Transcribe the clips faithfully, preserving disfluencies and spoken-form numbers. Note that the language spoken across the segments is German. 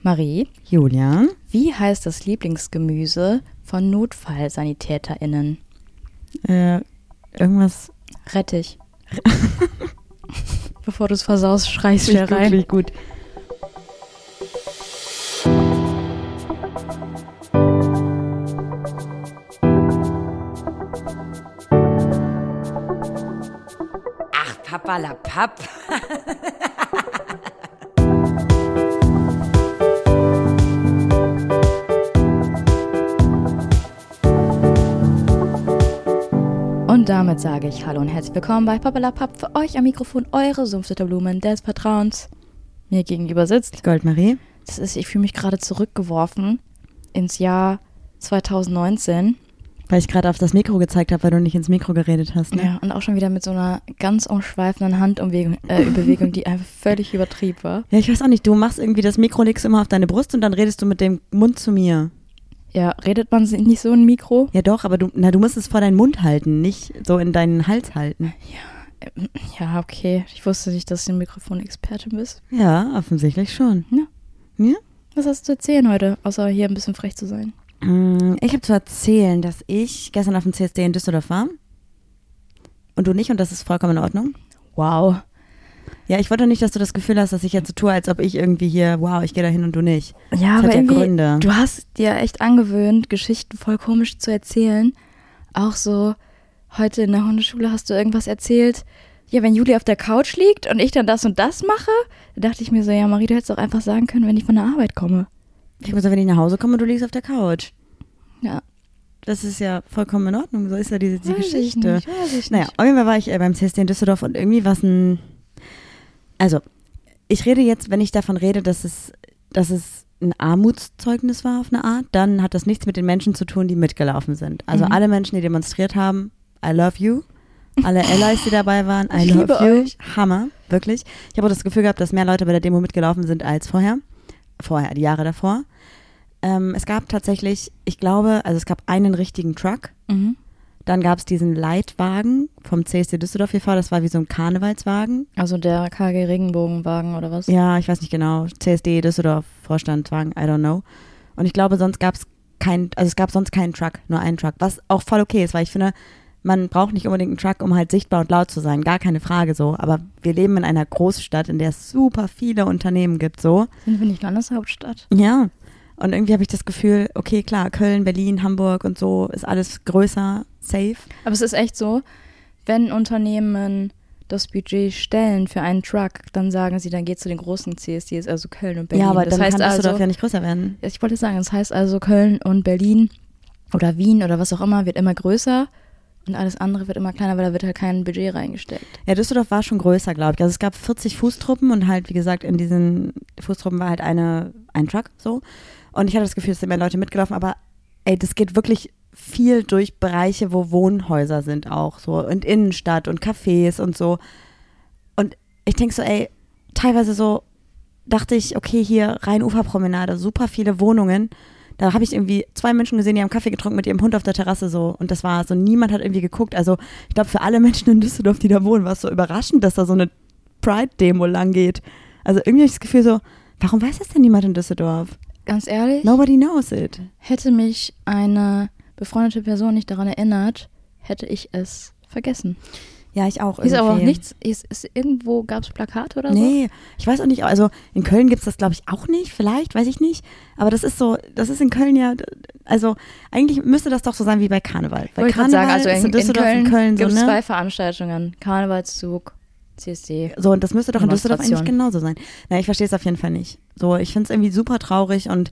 Marie, Julian, wie heißt das Lieblingsgemüse von NotfallsanitäterInnen? Äh, irgendwas. Rettich. Bevor du es versaust, schreist schnell rein. Wirklich gut. Ach, Papalapap. Und damit sage ich Hallo und herzlich willkommen bei Papalapap. Für euch am Mikrofon eure Sumpfditterblumen des Vertrauens. Mir gegenüber sitzt Goldmarie. Das ist, ich fühle mich gerade zurückgeworfen ins Jahr zwanzig neunzehn. Weil ich gerade auf das Mikro gezeigt habe, weil du nicht ins Mikro geredet hast. Ne? Ja, und auch schon wieder mit so einer ganz umschweifenden Handbewegung, äh, Bewegung, die einfach völlig übertrieben war. Ja, ich weiß auch nicht, du machst irgendwie das Mikro, legst du immer auf deine Brust und dann redest du mit dem Mund zu mir. Ja, redet man nicht so in ein Mikro? Ja doch, aber du, na, du musst es vor deinen Mund halten, nicht so in deinen Hals halten. Ja, ähm, ja, okay. Ich wusste nicht, dass du ein Mikrofonexperte bist. Ja, offensichtlich schon. Ja. Ja? Was hast du zu erzählen heute, außer hier ein bisschen frech zu sein? Ich habe zu erzählen, dass ich gestern auf dem C S D in Düsseldorf war und du nicht, und das ist vollkommen in Ordnung. Wow. Ja, ich wollte nicht, dass du das Gefühl hast, dass ich jetzt so tue, als ob ich irgendwie hier, wow, ich gehe da hin und du nicht. Ja, das aber hat ja irgendwie, Gründe. du hast dir echt angewöhnt, Geschichten voll komisch zu erzählen. Auch so, heute in der Hundeschule hast du irgendwas erzählt. Ja, wenn Juli auf der Couch liegt und ich dann das und das mache, da dachte ich mir so, ja, Marie, du hättest auch einfach sagen können, wenn ich von der Arbeit komme. Ich muss sagen, wenn ich nach Hause komme und du liegst auf der Couch. Ja. Das ist ja vollkommen in Ordnung, so ist ja die, die Weiß Geschichte. Ich nicht, weiß ich naja, nicht. auf jeden Fall war ich äh, beim C S D in Düsseldorf und irgendwie was ein, also ich rede jetzt, wenn ich davon rede, dass es, dass es ein Armutszeugnis war auf eine Art, dann hat das nichts mit den Menschen zu tun, die mitgelaufen sind. Also Mhm. alle Menschen, die demonstriert haben, I love you. Alle Allies, die dabei waren, I Ich love liebe you. euch. Hammer, wirklich. Ich habe auch das Gefühl gehabt, dass mehr Leute bei der Demo mitgelaufen sind als vorher. Vorher, die Jahre davor. Ähm, es gab tatsächlich, ich glaube, also es gab einen richtigen Truck. Mhm. Dann gab es diesen Leitwagen vom C S D Düsseldorf e V, das war wie so ein Karnevalswagen. Also der K G Regenbogenwagen oder was? Ja, ich weiß nicht genau. C S D Düsseldorf Vorstandwagen, I don't know. Und ich glaube, sonst gab es kein, also es gab sonst keinen Truck, nur einen Truck, was auch voll okay ist, weil ich finde, man braucht nicht unbedingt einen Truck, um halt sichtbar und laut zu sein, gar keine Frage so. Aber wir leben in einer Großstadt, in der es super viele Unternehmen gibt, so. Sind wir nicht Landeshauptstadt? Ja. Und irgendwie habe ich das Gefühl, okay, klar, Köln, Berlin, Hamburg und so ist alles größer, safe. Aber es ist echt so, wenn Unternehmen das Budget stellen für einen Truck, dann sagen sie, dann geht zu den großen C S Ds, also Köln und Berlin. Ja, aber das dann heißt kann Düsseldorf also, ja nicht größer werden. ich wollte sagen, das heißt also Köln und Berlin oder Wien oder was auch immer wird immer größer und alles andere wird immer kleiner, weil da wird halt kein Budget reingesteckt. Ja, Düsseldorf war schon größer, glaube ich. Also es gab vierzig Fußtruppen und halt, wie gesagt, in diesen Fußtruppen war halt eine, ein Truck so. Und ich hatte das Gefühl, es sind mehr Leute mitgelaufen, aber ey, das geht wirklich viel durch Bereiche, wo Wohnhäuser sind auch so und Innenstadt und Cafés und so. Und ich denke so, ey, teilweise so dachte ich, okay, hier Rheinuferpromenade, super viele Wohnungen. Da habe ich irgendwie zwei Menschen gesehen, die haben Kaffee getrunken mit ihrem Hund auf der Terrasse so und das war so, niemand hat irgendwie geguckt. Also ich glaube, für alle Menschen in Düsseldorf, die da wohnen, war es so überraschend, dass da so eine Pride-Demo lang geht. Also irgendwie habe ich das Gefühl so, warum weiß das denn niemand in Düsseldorf? Ganz ehrlich, Nobody knows it. hätte mich eine befreundete Person nicht daran erinnert, hätte ich es vergessen. Ja, ich auch Ist irgendwie. aber auch nichts, ist, ist irgendwo, gab es Plakate oder so? Nee, ich weiß auch nicht, also in Köln gibt es das glaube ich auch nicht, vielleicht, weiß ich nicht, aber das ist so, das ist in Köln ja, also eigentlich müsste das doch so sein wie bei Karneval. Bei Wollte ich gerade sagen, also ist in, in Düsseldorf, Köln, in Köln so, gibt es ne? zwei Veranstaltungen, Karnevalszug, C S D. So, und das müsste doch in Düsseldorf eigentlich Demonstration. genauso sein. Na, ich verstehe es auf jeden Fall nicht. So, ich finde es irgendwie super traurig und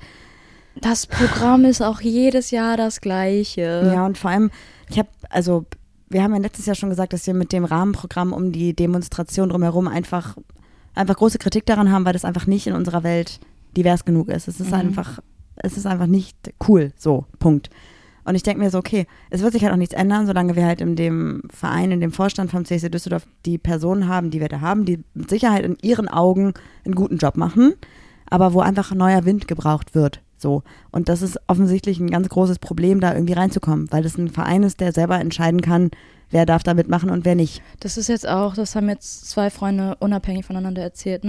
Das Programm ist auch jedes Jahr das gleiche. ja, und vor allem, ich habe, also wir haben ja letztes Jahr schon gesagt, dass wir mit dem Rahmenprogramm um die Demonstration drumherum einfach, einfach große Kritik daran haben, weil das einfach nicht in unserer Welt divers genug ist. Es ist Mhm. einfach, es ist einfach nicht cool, so, Punkt. Und ich denke mir so, okay, es wird sich halt auch nichts ändern, solange wir halt in dem Verein, in dem Vorstand vom C S D Düsseldorf die Personen haben, die wir da haben, die mit Sicherheit in ihren Augen einen guten Job machen, aber wo einfach neuer Wind gebraucht wird. So. Und das ist offensichtlich ein ganz großes Problem, da irgendwie reinzukommen, weil das ein Verein ist, der selber entscheiden kann, wer darf da mitmachen und wer nicht. Das ist jetzt auch, das haben jetzt zwei Freunde unabhängig voneinander erzählt, ne?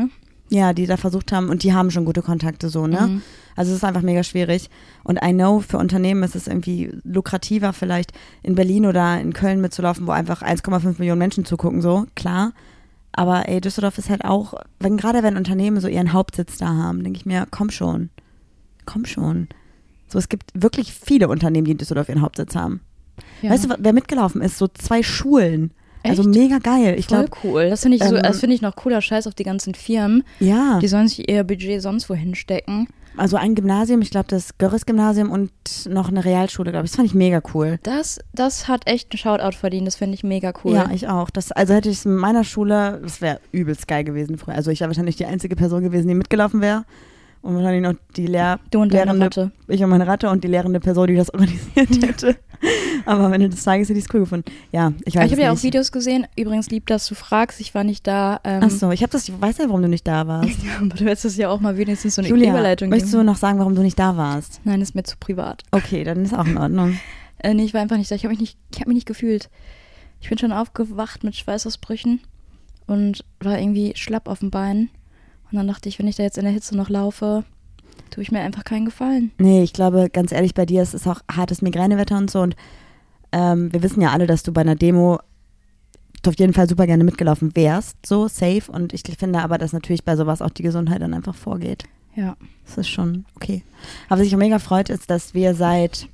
Ja, die da versucht haben und die haben schon gute Kontakte so, ne? Mhm. Also es ist einfach mega schwierig. Und I know, für Unternehmen ist es irgendwie lukrativer, vielleicht in Berlin oder in Köln mitzulaufen, wo einfach eins Komma fünf Millionen Menschen zugucken, so, klar. Aber ey, Düsseldorf ist halt auch, wenn gerade wenn Unternehmen so ihren Hauptsitz da haben, denke ich mir, komm schon, komm schon. So, es gibt wirklich viele Unternehmen, die in Düsseldorf ihren Hauptsitz haben. Ja. Weißt du, wer mitgelaufen ist? So zwei Schulen. Echt? Also mega geil. Ich Voll glaub, cool. Das finde ich, so, ähm, das find ich noch cooler Scheiß auf die ganzen Firmen. Ja. Die sollen sich ihr Budget sonst wohin stecken. Also ein Gymnasium, ich glaube das Görres-Gymnasium und noch eine Realschule, glaube ich. Das fand ich mega cool. Das, das hat echt einen Shoutout verdient. Das finde ich mega cool. Ja, ich auch. Das, also hätte ich es in meiner Schule, das wäre übelst geil gewesen früher. Also ich wäre wahrscheinlich die einzige Person gewesen, die mitgelaufen wäre. Und wahrscheinlich noch die Lehr du und deine lehrende, Ratte. Ich und meine Ratte und die lehrende Person, die das organisiert hätte. Aber am Ende des Tages hätte ich es cool gefunden. Ja, ich weiß Ich habe ja nicht. auch Videos gesehen. Übrigens lieb, dass du fragst. Ich war nicht da. Ähm, Ach so, ich habe das, ich weiß ja, warum du nicht da warst. Ja, aber du hättest es ja auch mal wenigstens so eine Julia, Überleitung möchtest geben. du noch sagen, warum du nicht da warst? Nein, ist mir zu privat. Okay, dann ist auch in Ordnung. Äh, nee, ich war einfach nicht da. Ich habe mich nicht, ich habe mich nicht gefühlt. Ich bin schon aufgewacht mit Schweißausbrüchen und war irgendwie schlapp auf dem Bein. Und dann dachte ich, wenn ich da jetzt in der Hitze noch laufe, tue ich mir einfach keinen Gefallen. Nee, ich glaube, ganz ehrlich, bei dir ist es auch hartes Migränewetter und so. Und ähm, wir wissen ja alle, dass du bei einer Demo auf jeden Fall super gerne mitgelaufen wärst, so safe. Und ich finde aber, dass natürlich bei sowas auch die Gesundheit dann einfach vorgeht. Ja. Das ist schon okay. Aber was mich auch mega freut, ist, dass wir seit,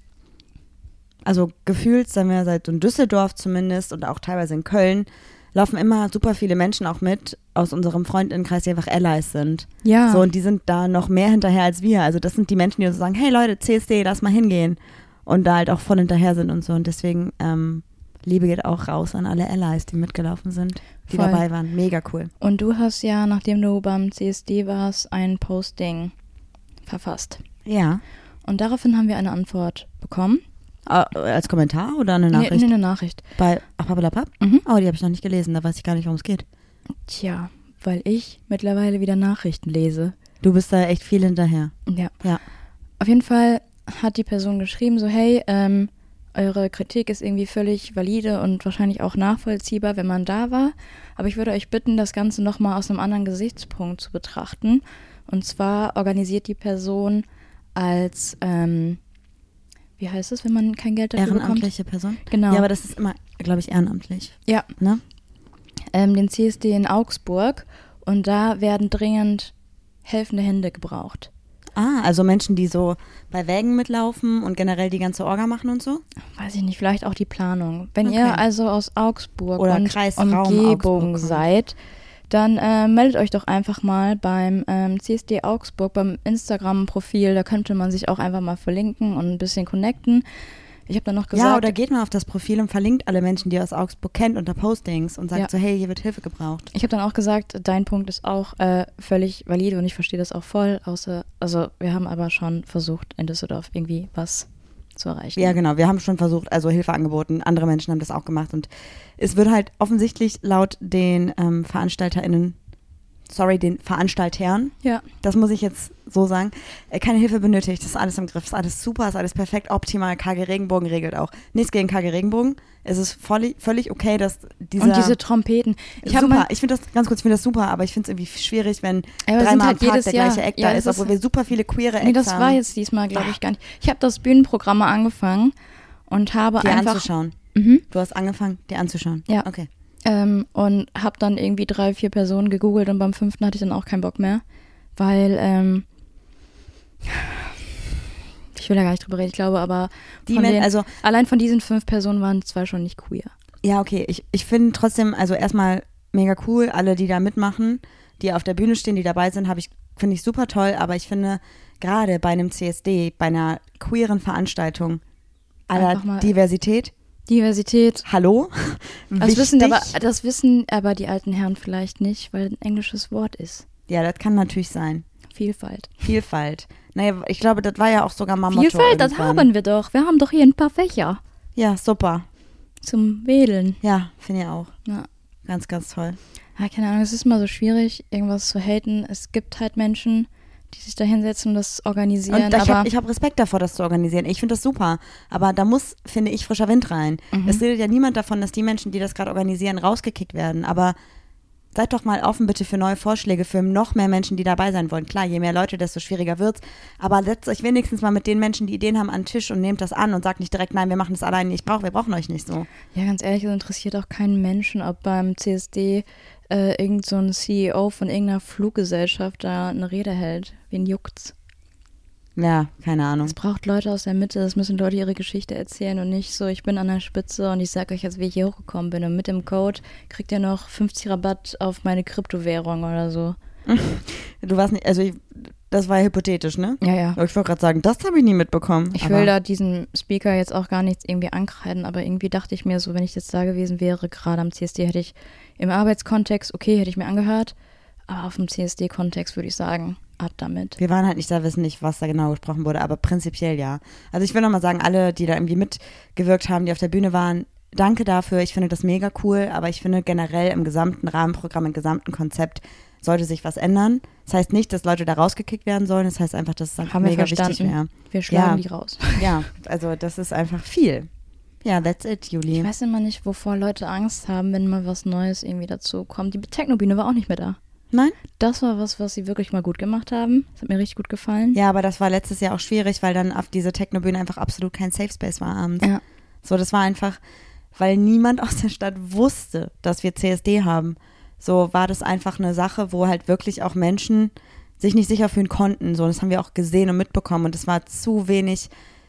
also gefühlt, sagen wir seit in Düsseldorf zumindest und auch teilweise in Köln, laufen immer super viele Menschen auch mit aus unserem Freundinnenkreis, die einfach Allies sind. Ja. So, und die sind da noch mehr hinterher als wir. Also das sind die Menschen, die uns sagen, hey Leute, C S D, lass mal hingehen. Und da halt auch voll hinterher sind und so. Und deswegen, ähm, Liebe geht auch raus an alle Allies, die mitgelaufen sind, die Voll. dabei waren. Mega cool. Und du hast ja, nachdem du beim C S D warst, ein Posting verfasst. Ja. Und daraufhin haben wir eine Antwort bekommen. Äh, als Kommentar oder eine Nachricht? Nee, nee, eine Nachricht. Bei Achpappelapapp? Mhm. Oh, die habe ich noch nicht gelesen, da weiß ich gar nicht, worum es geht. Tja, weil ich mittlerweile wieder Nachrichten lese. Du bist da echt viel hinterher. Ja. Ja. Auf jeden Fall hat die Person geschrieben, so hey, ähm, eure Kritik ist irgendwie völlig valide und wahrscheinlich auch nachvollziehbar, wenn man da war. Aber ich würde euch bitten, das Ganze nochmal aus einem anderen Gesichtspunkt zu betrachten. Und zwar organisiert die Person als, ähm, wie heißt es, wenn man kein Geld dafür bekommt? Ehrenamtliche Person? Genau. Ja, aber das ist immer, glaube ich, ehrenamtlich. Ja. Ne? Ähm, den C S D in Augsburg. Und da werden dringend helfende Hände gebraucht. Ah, also Menschen, die so bei Wägen mitlaufen und generell die ganze Orga machen und so? Weiß ich nicht, vielleicht auch die Planung. Wenn Okay. ihr also aus Augsburg Oder und Kreisraum Umgebung Augsburg kommt. seid, dann äh, meldet euch doch einfach mal beim ähm, C S D Augsburg, beim Instagram-Profil. Da könnte man sich auch einfach mal verlinken und ein bisschen connecten. Ich habe dann noch gesagt... Ja, oder geht mal auf das Profil und verlinkt alle Menschen, die ihr aus Augsburg kennt, unter Postings und sagt Ja. so, hey, hier wird Hilfe gebraucht. Ich habe dann auch gesagt, dein Punkt ist auch äh, völlig valide und ich verstehe das auch voll. Außer, also wir haben aber schon versucht, in Düsseldorf irgendwie was zu erreichen. Ja, genau. Wir haben schon versucht, also Hilfe angeboten. Andere Menschen haben das auch gemacht. Und es wird halt offensichtlich laut den ähm, VeranstalterInnen, sorry, den Veranstaltern, Ja. das muss ich jetzt so sagen, äh, keine Hilfe benötigt. Das ist alles im Griff. Das ist alles super, ist alles perfekt, optimal. K G Regenbogen regelt auch. Nichts gegen K G Regenbogen. Es ist voll, völlig okay, dass dieser... Und diese Trompeten. Ich hab super, mal, ich finde das, ganz kurz, ich finde das super, aber ich finde es irgendwie schwierig, wenn Aber es sind dreimal halt am Tag jedes der Jahr. gleiche Act Ja, da es ist, ist- obwohl wir super viele queere Acts nee, das haben. war jetzt diesmal, glaube ich, gar nicht. Ich habe das Bühnenprogramm mal angefangen und habe dir einfach... anzuschauen. Mhm. Du hast angefangen, dir anzuschauen. Ja. Okay. Ähm, und habe dann irgendwie drei, vier Personen gegoogelt und beim fünften hatte ich dann auch keinen Bock mehr, weil ähm, ich will da gar nicht drüber reden, ich glaube aber Die von Men- den, also allein von diesen fünf Personen waren zwei schon nicht queer. Ja, okay. Ich, ich finde trotzdem, also erstmal mega cool, alle, die da mitmachen, die auf der Bühne stehen, die dabei sind, habe ich, finde ich super toll, aber ich finde, gerade bei einem C S D, bei einer queeren Veranstaltung, aller Einfach mal- Diversität, Diversität, hallo? das Wichtig. wissen, aber, das wissen aber die alten Herren vielleicht nicht, weil ein englisches Wort ist. Ja, das kann natürlich sein. Vielfalt. Vielfalt. Naja, ich glaube, das war ja auch sogar mal Motto Vielfalt, das irgendwann. haben wir doch. Wir haben doch hier ein paar Fächer Ja, super. zum Wählen. Ja, finde ich auch. Ja. Ganz, ganz toll. Ja, keine Ahnung, es ist immer so schwierig, irgendwas zu haten. Es gibt halt Menschen, die sich da hinsetzen und das organisieren. Und ich aber habe ich hab Respekt davor, das zu organisieren. Ich finde das super. Aber da muss, finde ich, frischer Wind rein. Mhm. Es redet ja niemand davon, dass die Menschen, die das gerade organisieren, rausgekickt werden. Aber seid doch mal offen bitte für neue Vorschläge, für noch mehr Menschen, die dabei sein wollen. Klar, je mehr Leute, desto schwieriger wird's. Aber setzt euch wenigstens mal mit den Menschen, die Ideen haben, an den Tisch und nehmt das an und sagt nicht direkt, nein, wir machen das alleine, ich brauch, wir brauchen euch nicht so. Ja, ganz ehrlich, es interessiert auch keinen Menschen, ob beim C S D äh, irgend so ein C E O von irgendeiner Fluggesellschaft da eine Rede hält. Wen juckt's? Ja, keine Ahnung. Es braucht Leute aus der Mitte, es müssen Leute ihre Geschichte erzählen und nicht so, ich bin an der Spitze und ich sag euch jetzt, wie ich hier hochgekommen bin und mit dem Code kriegt ihr noch fünfzig Rabatt auf meine Kryptowährung oder so. Du warst nicht, also ich, das war hypothetisch, ne? Ja, ja. Aber ich wollte gerade sagen, das habe ich nie mitbekommen. Ich aber will da diesem Speaker jetzt auch gar nichts irgendwie ankreiden, aber irgendwie dachte ich mir so, wenn ich jetzt da gewesen wäre, gerade am C S D, hätte ich im Arbeitskontext, okay, hätte ich mir angehört, aber auf dem C S D-Kontext würde ich sagen, ab damit. Wir waren halt nicht da, wissen nicht, was da genau gesprochen wurde, aber prinzipiell ja. Also ich will nochmal sagen, alle, die da irgendwie mitgewirkt haben, die auf der Bühne waren, danke dafür. Ich finde das mega cool, aber ich finde generell im gesamten Rahmenprogramm, im gesamten Konzept sollte sich was ändern. Das heißt nicht, dass Leute da rausgekickt werden sollen, das heißt einfach, dass es einfach Haben wir mega verstanden. wichtig wäre. Wir schlagen Ja. die raus. Ja, also das ist einfach viel. Ja, that's it, Juli. Ich weiß immer nicht, wovor Leute Angst haben, wenn mal was Neues irgendwie dazu kommt. Die Technobühne war auch nicht mehr da. Nein? Das war was, was sie wirklich mal gut gemacht haben. Das hat mir richtig gut gefallen. Ja, aber das war letztes Jahr auch schwierig, weil dann auf diese Technobühne einfach absolut kein Safe Space war abends. Ja. So, das war einfach, weil niemand aus der Stadt wusste, dass wir C S D haben. So war das einfach eine Sache, wo halt wirklich auch Menschen sich nicht sicher fühlen konnten. So, das haben wir auch gesehen und mitbekommen und es war zu wenig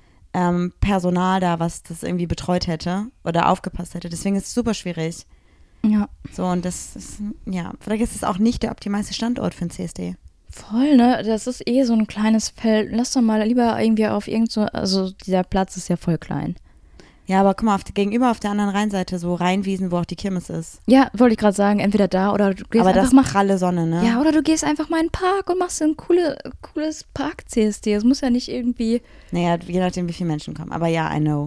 ähm, Personal da, was das irgendwie betreut hätte oder aufgepasst hätte. Deswegen ist es super schwierig. Ja. So, und das ist, ja, vielleicht ist es auch nicht der optimalste Standort für ein C S D. Voll, ne? Das ist eh so ein kleines Feld. Lass doch mal lieber irgendwie auf irgend so, also dieser Platz ist ja voll klein. Ja, aber guck mal, auf, gegenüber auf der anderen Rheinseite, so Rheinwiesen, wo auch die Kirmes ist. Ja, wollte ich gerade sagen, entweder da oder du gehst Aber einfach das mal. pralle Sonne, ne? Ja, oder du gehst einfach mal in den Park und machst ein coole, cooles Park-C S D. Es muss ja nicht irgendwie. Naja, je nachdem, wie viele Menschen kommen. Aber ja, I know.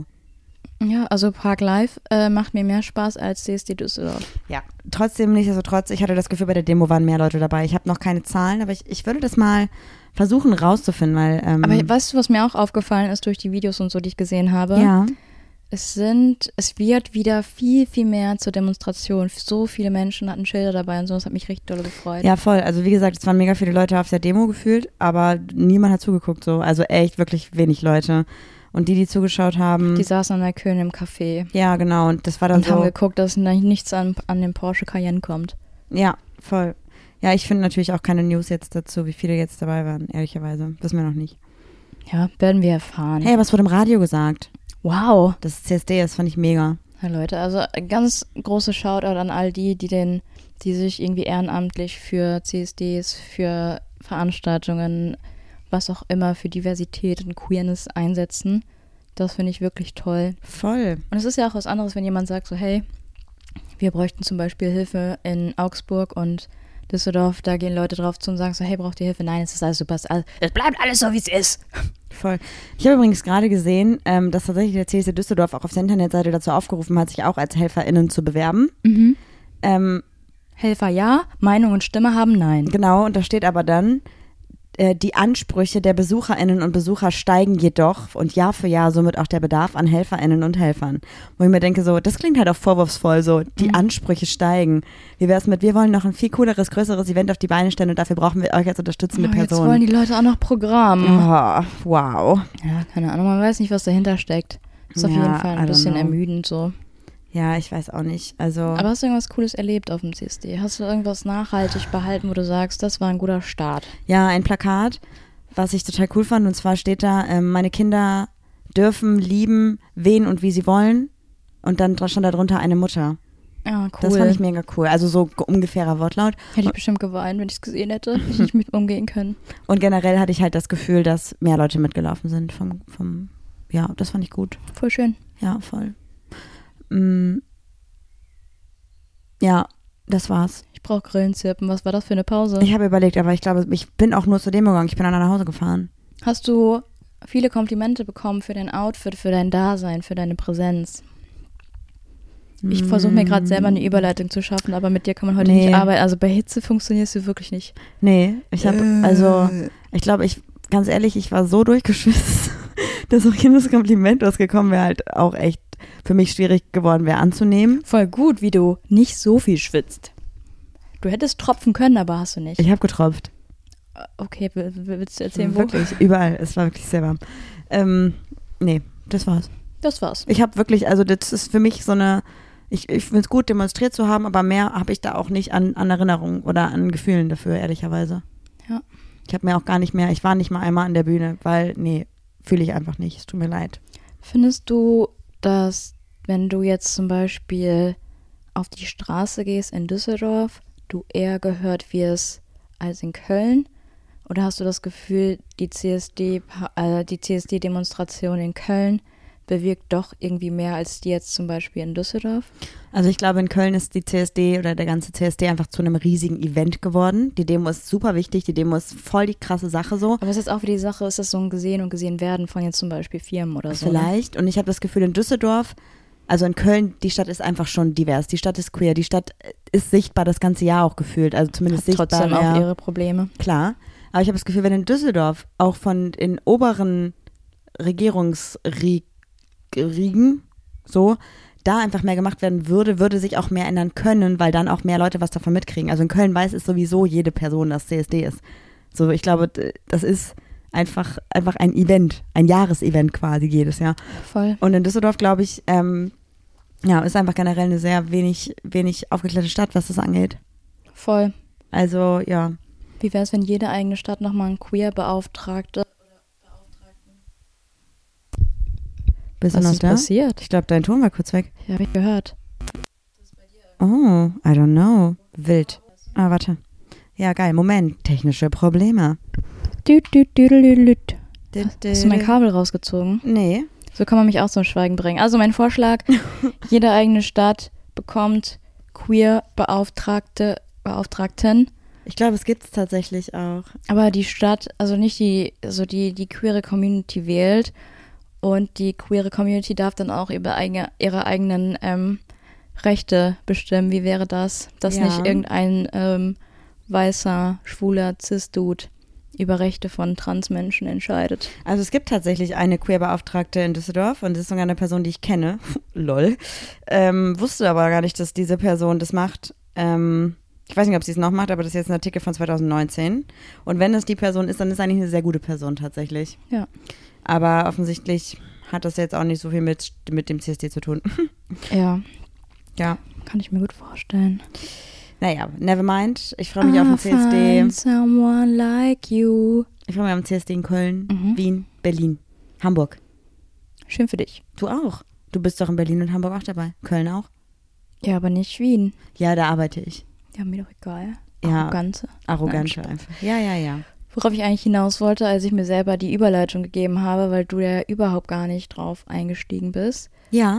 Ja, also Park Live äh, macht mir mehr Spaß als C S D Düsseldorf. Ja, trotzdem, nichtsdestotrotz, ich hatte das Gefühl, bei der Demo waren mehr Leute dabei. Ich habe noch keine Zahlen, aber ich, ich würde das mal versuchen rauszufinden, weil ähm, Aber weißt du, was mir auch aufgefallen ist durch die Videos und so, die ich gesehen habe? ja, Es sind, es wird wieder viel, viel mehr zur Demonstration. So viele Menschen hatten Schilder dabei und so, das hat mich richtig doll gefreut. ja, voll. Also wie gesagt, es waren mega viele Leute auf der Demo gefühlt, aber niemand hat zugeguckt so. Also echt wirklich wenig Leute. Und die, die zugeschaut haben, Die saßen an der Köln im Café ja, genau. Und das war dann und haben so, geguckt, dass nichts an, an dem Porsche Cayenne kommt. ja, voll. Ja, ich finde natürlich auch keine News jetzt dazu, wie viele jetzt dabei waren, ehrlicherweise. Wissen wir noch nicht. Ja, werden wir erfahren. Hey, was wurde im Radio gesagt? Wow. Das C S D ist, fand ich mega. Ja, Leute, also ganz große Shoutout an all die, die den, die sich irgendwie ehrenamtlich für C S Ds, für Veranstaltungen, was auch immer, für Diversität und Queerness einsetzen. Das finde ich wirklich toll. Voll. Und es ist ja auch was anderes, wenn jemand sagt so, hey, wir bräuchten zum Beispiel Hilfe in Augsburg und Düsseldorf, da gehen Leute drauf zu und sagen so, hey, braucht ihr Hilfe? Nein, es ist alles super, es, ist alles, es bleibt alles so, wie es ist. Voll. Ich habe übrigens gerade gesehen, ähm, dass tatsächlich der C S D Düsseldorf auch auf der Internetseite dazu aufgerufen hat, sich auch als HelferInnen zu bewerben. Mhm. Ähm, Helfer ja, Meinung und Stimme haben nein. genau, und da steht aber dann, äh, die Ansprüche der BesucherInnen und Besucher steigen jedoch und Jahr für Jahr somit auch der Bedarf an HelferInnen und Helfern. Wo ich mir denke, so, das klingt halt auch vorwurfsvoll, so, die Mhm. Ansprüche steigen. Wie wäre es mit, wir wollen noch ein viel cooleres, größeres Event auf die Beine stellen und dafür brauchen wir euch als unterstützende Oh, jetzt Person. wollen die Leute auch noch Programm. Oh, wow. Ja, keine Ahnung, man weiß nicht, was dahinter steckt. Ist auf Ja, jeden Fall I ein don't bisschen know. ermüdend so. Ja, ich weiß auch nicht. Also, Aber hast du irgendwas Cooles erlebt auf dem C S D? Hast du irgendwas nachhaltig behalten, wo du sagst, das war ein guter Start? ja, ein Plakat, was ich total cool fand. Und zwar steht da, ähm, meine Kinder dürfen lieben, wen und wie sie wollen. Und dann stand da drunter eine Mutter. Ja, cool. Das fand ich mega cool. Also so ungefährer Wortlaut. Hätte ich bestimmt geweint, wenn ich es gesehen hätte. Hätte ich nicht mit umgehen können. Und generell hatte ich halt das Gefühl, dass mehr Leute mitgelaufen sind. Vom, vom, ja, das fand ich gut. Voll schön. Ja, voll. Mm. Ja, das war's. Ich brauche Grillenzirpen. Was war das für eine Pause? Ich habe überlegt, aber ich glaube, ich bin auch nur zur Demo gegangen. Ich bin dann nach Hause gefahren. Hast du viele Komplimente bekommen für dein Outfit, für dein Dasein, für deine Präsenz? Ich versuche mir gerade selber eine Überleitung zu schaffen, aber mit dir kann man heute Nee. nicht arbeiten. Also bei Hitze funktionierst du wirklich nicht. Nee, ich habe, Äh. also, ich glaube, ich, ganz ehrlich, ich war so durchgeschwitzt, dass auch jedes Kompliment, was gekommen wäre, halt auch echt für mich schwierig geworden wäre anzunehmen. Voll gut, wie du nicht so viel schwitzt. Du hättest tropfen können, aber hast du nicht. Ich habe getropft. Okay, will, willst du erzählen, wo? Wirklich, überall. Es war wirklich sehr warm. Ähm, nee, das war's. Das war's. Ich habe wirklich, also das ist für mich so eine, ich, ich finde es gut, demonstriert zu haben, aber mehr habe ich da auch nicht an, an Erinnerungen oder an Gefühlen dafür, ehrlicherweise. Ja. Ich habe mir auch gar nicht mehr, ich war nicht mal einmal an der Bühne, weil, nee, fühle ich einfach nicht. Es tut mir leid. Findest du, dass wenn du jetzt zum Beispiel auf die Straße gehst in Düsseldorf, du eher gehört wirst als in Köln? Oder hast du das Gefühl, die C S D, äh, die C S D-Demonstration in Köln bewirkt doch irgendwie mehr als die jetzt zum Beispiel in Düsseldorf? Also ich glaube, in Köln ist die C S D oder der ganze C S D einfach zu einem riesigen Event geworden. Die Demo ist super wichtig, die Demo ist voll die krasse Sache so. Aber ist jetzt auch für die Sache, ist das so ein Gesehen und gesehen werden von jetzt zum Beispiel Firmen oder so? Vielleicht. Ne? Und ich habe das Gefühl, in Düsseldorf, also in Köln, die Stadt ist einfach schon divers. Die Stadt ist queer, die Stadt ist sichtbar das ganze Jahr auch gefühlt. Also zumindest Hat sichtbar. trotzdem auch ja, ihre Probleme. Klar. Aber ich habe das Gefühl, wenn in Düsseldorf auch von den oberen Regierungsriegen so, da einfach mehr gemacht werden würde, würde sich auch mehr ändern können, weil dann auch mehr Leute was davon mitkriegen. Also in Köln weiß es sowieso jede Person, dass C S D ist. So, ich glaube, das ist einfach, einfach ein Event, ein Jahresevent quasi jedes Jahr. Voll. Und in Düsseldorf, glaube ich, ähm, ja, ist einfach generell eine sehr wenig, wenig aufgeklärte Stadt, was das angeht. Voll. Also, ja. Wie wäre es, wenn jede eigene Stadt nochmal einen Queer-Beauftragte Bist du Was noch ist da? passiert? Ich glaube, dein Ton war kurz weg. Ja, habe ich gehört. Oh, I don't know. Wild. Ah, warte. Ja, geil. Moment. Technische Probleme. Düt, düt, düdelüdelüt. Hast du mein Kabel rausgezogen? Nee. So kann man mich auch zum Schweigen bringen. Also mein Vorschlag, jede eigene Stadt bekommt Queer-Beauftragte, Beauftragten. Ich glaube, es gibt es tatsächlich auch. Aber die Stadt, also nicht die, also die, die queere Community wählt und die queere Community darf dann auch über eigene, ihre eigenen ähm, Rechte bestimmen. Wie wäre das? Dass Ja. nicht irgendein ähm, weißer, schwuler Cis-Dude über Rechte von Transmenschen entscheidet. Also es gibt tatsächlich eine Queer-Beauftragte in Düsseldorf und das ist sogar eine Person, die ich kenne. Lol. Ähm, wusste aber gar nicht, dass diese Person das macht. Ähm, ich weiß nicht, ob sie es noch macht, aber das ist jetzt ein Artikel von zwanzig neunzehn. Und wenn es die Person ist, dann ist es eigentlich eine sehr gute Person tatsächlich. Ja. Aber offensichtlich hat das jetzt auch nicht so viel mit, mit dem C S D zu tun. Ja, Ja. kann ich mir gut vorstellen. Naja, never mind. Ich freue mich auf den C S D. Find someone like you. Ich freue mich auf den C S D in Köln, Mhm. Wien, Berlin, Hamburg. Schön für dich. Du auch. Du bist doch in Berlin und Hamburg auch dabei. Köln auch. Ja, aber nicht Wien. Ja, da arbeite ich. Ja, mir doch egal. Ja. Arrogante. Arrogant Nein, einfach. Ja, ja, ja. Worauf ich eigentlich hinaus wollte, als ich mir selber die Überleitung gegeben habe, weil du ja überhaupt gar nicht drauf eingestiegen bist. Ja.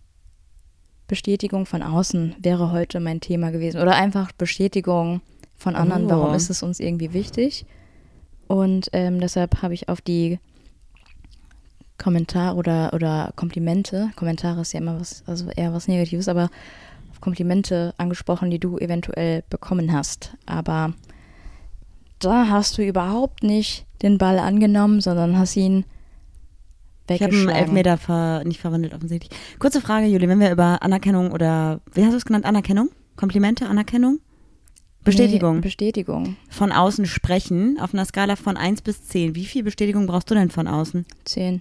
Bestätigung von außen wäre heute mein Thema gewesen. Oder einfach Bestätigung von anderen. Oh. Warum ist es uns irgendwie wichtig? Und ähm, deshalb habe ich auf die Kommentare oder, oder Komplimente, Kommentare ist ja immer was, also eher was Negatives, aber auf Komplimente angesprochen, die du eventuell bekommen hast. Aber da hast du überhaupt nicht den Ball angenommen, sondern hast ihn Ich habe weggeschlagen. einen Elfmeter ver nicht verwandelt offensichtlich. Kurze Frage, Juli, wenn wir über Anerkennung oder, wie hast du es genannt, Anerkennung? Komplimente, Anerkennung? Bestätigung. Nee, Bestätigung. Von außen sprechen, auf einer Skala von eins bis zehn. Wie viel Bestätigung brauchst du denn von außen? Zehn.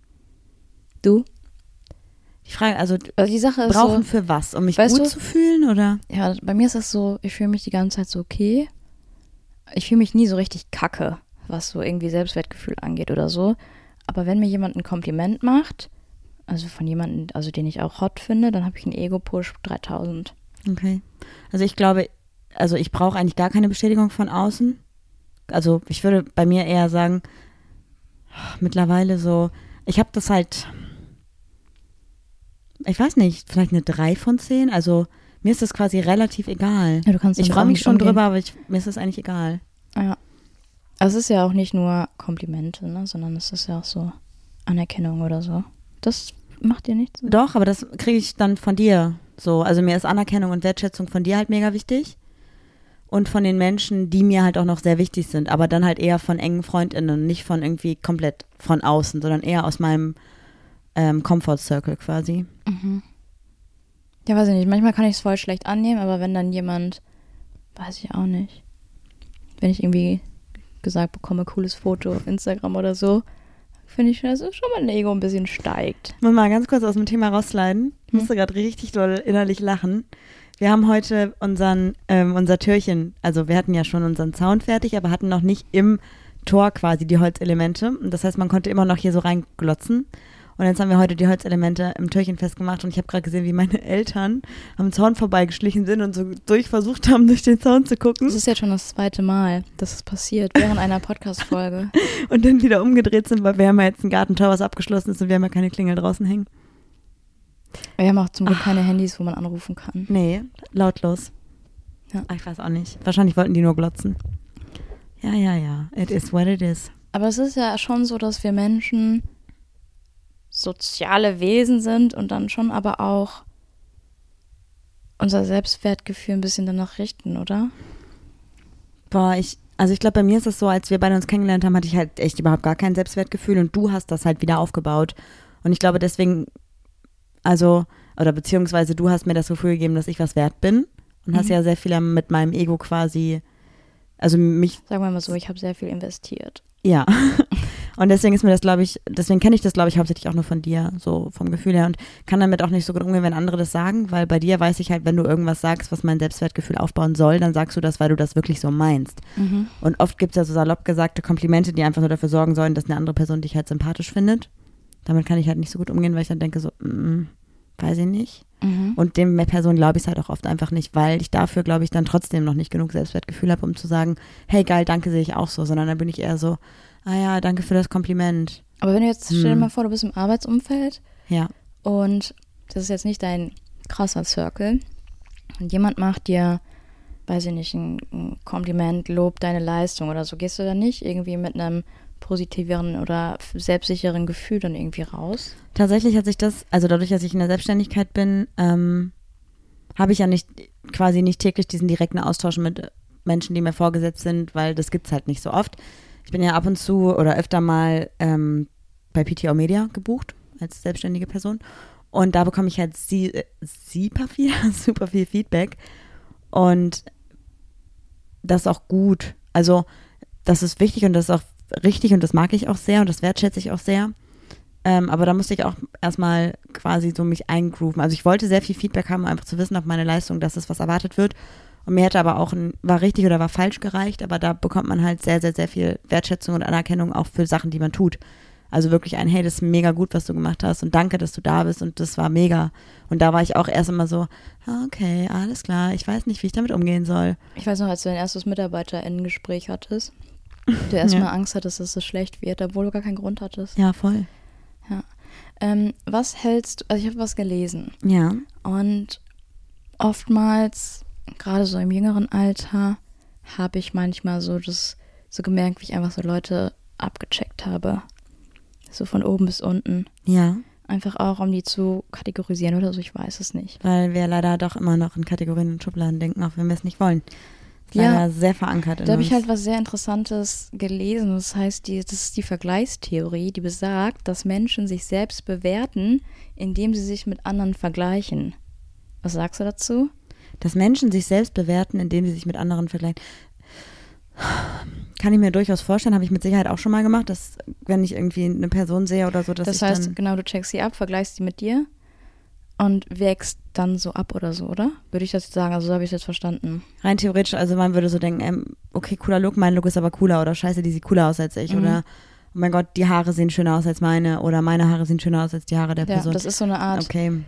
Du? Die Frage, also Also die Sache ist brauchen so, für was? Um mich weißt gut du- zu fühlen oder? ja, bei mir ist das so, ich fühle mich die ganze Zeit so okay. Ich fühle mich nie so richtig kacke, was so irgendwie Selbstwertgefühl angeht oder so. Aber wenn mir jemand ein Kompliment macht, also von jemandem, also den ich auch hot finde, dann habe ich einen Ego-Push dreitausend. Okay. Also ich glaube, also ich brauche eigentlich gar keine Bestätigung von außen. Also ich würde bei mir eher sagen, mittlerweile so, ich habe das halt, ich weiß nicht, vielleicht eine drei von zehn. Also mir ist das quasi relativ egal. Ja, du kannst Ich damit freue auch mich nicht schon umgehen. drüber, aber ich, mir ist das eigentlich egal. Ja. Also es ist ja auch nicht nur Komplimente, ne, sondern es ist ja auch so Anerkennung oder so. Das macht dir nichts? Doch, aber das kriege ich dann von dir. So, also mir ist Anerkennung und Wertschätzung von dir halt mega wichtig. Und von den Menschen, die mir halt auch noch sehr wichtig sind. Aber dann halt eher von engen FreundInnen, nicht von irgendwie komplett von außen, sondern eher aus meinem ähm, Comfort Circle quasi. Mhm. Ja, weiß ich nicht. Manchmal kann ich es voll schlecht annehmen, aber wenn dann jemand weiß ich auch nicht. Wenn ich irgendwie gesagt bekomme, cooles Foto auf Instagram oder so, finde ich, dass schon mein Ego ein bisschen steigt. Ich muss mal ganz kurz aus dem Thema rausleiten. Ich musste gerade richtig doll innerlich lachen. Wir haben heute unseren, ähm, unser Türchen, also wir hatten ja schon unseren Zaun fertig, aber hatten noch nicht im Tor quasi die Holzelemente. Und das heißt, man konnte immer noch hier so reinglotzen. Und jetzt haben wir heute die Holzelemente im Türchen festgemacht und ich habe gerade gesehen, wie meine Eltern am Zaun vorbeigeschlichen sind und so durch versucht haben, durch den Zaun zu gucken. Das ist jetzt schon das zweite Mal, dass es passiert, während einer Podcast-Folge. Und dann wieder umgedreht sind, weil wir haben ja jetzt ein Gartentor, was abgeschlossen ist und wir haben ja keine Klingel draußen hängen. Wir haben auch zum Glück Ach. keine Handys, wo man anrufen kann. Nee, lautlos. Ja. Ach, ich weiß auch nicht. Wahrscheinlich wollten die nur glotzen. Ja, ja, ja. It is what it is. Aber es ist ja schon so, dass wir Menschen soziale Wesen sind und dann schon aber auch unser Selbstwertgefühl ein bisschen danach richten, oder? Boah, ich, also ich glaube, bei mir ist es so, als wir beide uns kennengelernt haben, hatte ich halt echt überhaupt gar kein Selbstwertgefühl und du hast das halt wieder aufgebaut. Und ich glaube deswegen, also, oder beziehungsweise du hast mir das Gefühl gegeben, dass ich was wert bin und Mhm. hast ja sehr viel mit meinem Ego quasi, also mich, Sagen wir mal so, ich habe sehr viel investiert. ja. Und deswegen ist mir das, glaube ich, deswegen kenne ich das, glaube ich, hauptsächlich auch nur von dir, so vom Gefühl her und kann damit auch nicht so gut umgehen, wenn andere das sagen, weil bei dir weiß ich halt, wenn du irgendwas sagst, was mein Selbstwertgefühl aufbauen soll, dann sagst du das, weil du das wirklich so meinst. Mhm. Und oft gibt es ja so salopp gesagte Komplimente, die einfach nur dafür sorgen sollen, dass eine andere Person dich halt sympathisch findet. Damit kann ich halt nicht so gut umgehen, weil ich dann denke so, mm, weiß ich nicht. Mhm. Und dem Person glaube ich es halt auch oft einfach nicht, weil ich dafür, glaube ich, dann trotzdem noch nicht genug Selbstwertgefühl habe, um zu sagen, hey geil, danke, sehe ich auch so, sondern dann bin ich eher so, ah ja, danke für das Kompliment. Aber wenn du jetzt, stell dir Hm. mal vor, du bist im Arbeitsumfeld Ja. und das ist jetzt nicht dein krasser Circle und jemand macht dir, weiß ich nicht, ein, ein Kompliment, lobt deine Leistung oder so, gehst du dann nicht irgendwie mit einem positiveren oder selbstsicheren Gefühl dann irgendwie raus? Tatsächlich hat sich das, also dadurch, dass ich in der Selbstständigkeit bin, ähm, habe ich ja nicht quasi nicht täglich diesen direkten Austausch mit Menschen, die mir vorgesetzt sind, weil das gibt es halt nicht so oft. Ich bin ja ab und zu oder öfter mal ähm, bei P T O Media gebucht als selbstständige Person und da bekomme ich halt sie, äh, super viel, super viel Feedback und das ist auch gut. Also das ist wichtig und das ist auch richtig und das mag ich auch sehr und das wertschätze ich auch sehr. Ähm, aber da musste ich auch erstmal quasi so mich eingrooven. Also ich wollte sehr viel Feedback haben, um einfach zu wissen, ob meine Leistung, dass es was erwartet wird. Und mir hätte aber auch ein, war richtig oder war falsch gereicht, aber da bekommt man halt sehr, sehr, sehr viel Wertschätzung und Anerkennung auch für Sachen, die man tut. Also wirklich ein, hey, das ist mega gut, was du gemacht hast und danke, dass du da bist und das war mega. Und da war ich auch erst immer so, okay, alles klar, ich weiß nicht, wie ich damit umgehen soll. Ich weiß noch, als du dein erstes MitarbeiterInnen-Gespräch hattest, du erstmal Ja. Angst hattest, dass es schlecht wird, obwohl du gar keinen Grund hattest. Ja, voll. Ja. Ähm, was hältst du, also ich habe was gelesen Ja. und oftmals, gerade so im jüngeren Alter, habe ich manchmal so das, so gemerkt, wie ich einfach so Leute abgecheckt habe. So von oben bis unten. Ja, Einfach auch, um die zu kategorisieren oder so, ich weiß es nicht. weil wir leider doch immer noch in Kategorien und Schubladen denken, auch wenn wir es nicht wollen. Ist Ja. leider sehr verankert in Da habe uns. ich halt was sehr Interessantes gelesen. Das heißt, die, das ist die Vergleichstheorie, die besagt, dass Menschen sich selbst bewerten, indem sie sich mit anderen vergleichen. Was sagst du dazu? Dass Menschen sich selbst bewerten, indem sie sich mit anderen vergleichen. Kann ich mir durchaus vorstellen, habe ich mit Sicherheit auch schon mal gemacht, dass wenn ich irgendwie eine Person sehe oder so, dass Das ich heißt, dann, genau, du checkst sie ab, vergleichst sie mit dir und wägst dann so ab oder so, oder? Würde ich das jetzt sagen? Also so habe ich es jetzt verstanden. rein theoretisch, also man würde so denken, ähm, okay, cooler Look, mein Look ist aber cooler oder scheiße, die sieht cooler aus als ich Mhm. oder oh mein Gott, die Haare sehen schöner aus als meine oder meine Haare sehen schöner aus als die Haare der Ja, Person. das ist so eine Art Okay,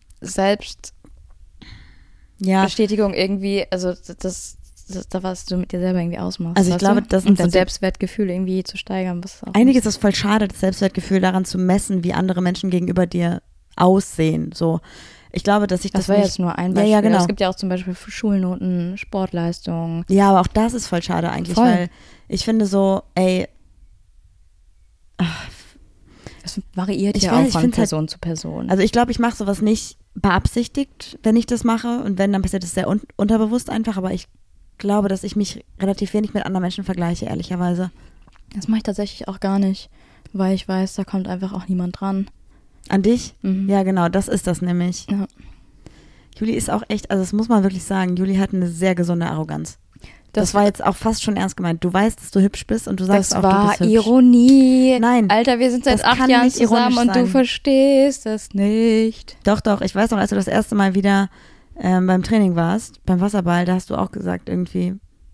Selbstbestätigung ja, irgendwie, also das, das, das, was du mit dir selber irgendwie ausmachst. Also ich weißt glaube, du? das und sind dein so die- Selbstwertgefühl irgendwie zu steigern. Was auch eigentlich ist es voll schade, das Selbstwertgefühl daran zu messen, wie andere Menschen gegenüber dir aussehen. So, ich glaube, dass ich das, Das war nicht, jetzt nur ein Ja, Beispiel. ja, genau. Es gibt ja auch zum Beispiel für Schulnoten, Sportleistungen. Ja, aber auch das ist voll schade eigentlich, Voll. weil ich finde so, ey, Das variiert Ich ja weiß, auch ich von find's halt- Person zu Person. also ich glaube, ich mache sowas nicht beabsichtigt, wenn ich das mache und wenn, dann passiert es sehr un unterbewusst einfach, aber ich glaube, dass ich mich relativ wenig mit anderen Menschen vergleiche, ehrlicherweise. Das mache ich tatsächlich auch gar nicht, weil ich weiß, da kommt einfach auch niemand dran. An dich? Mhm. Ja, genau, das ist das nämlich. Ja. Juli ist auch echt, also das muss man wirklich sagen, Juli hat eine sehr gesunde Arroganz. Das, das war jetzt auch fast schon ernst gemeint. Du weißt, dass du hübsch bist und du sagst auch, du bist hübsch. Das war Ironie. Nein. Alter, wir sind seit acht Jahren zusammen und du verstehst das nicht. Doch, doch. Ich weiß noch, als du das erste Mal wieder ähm, beim Training warst, beim Wasserball, da hast du auch gesagt irgendwie,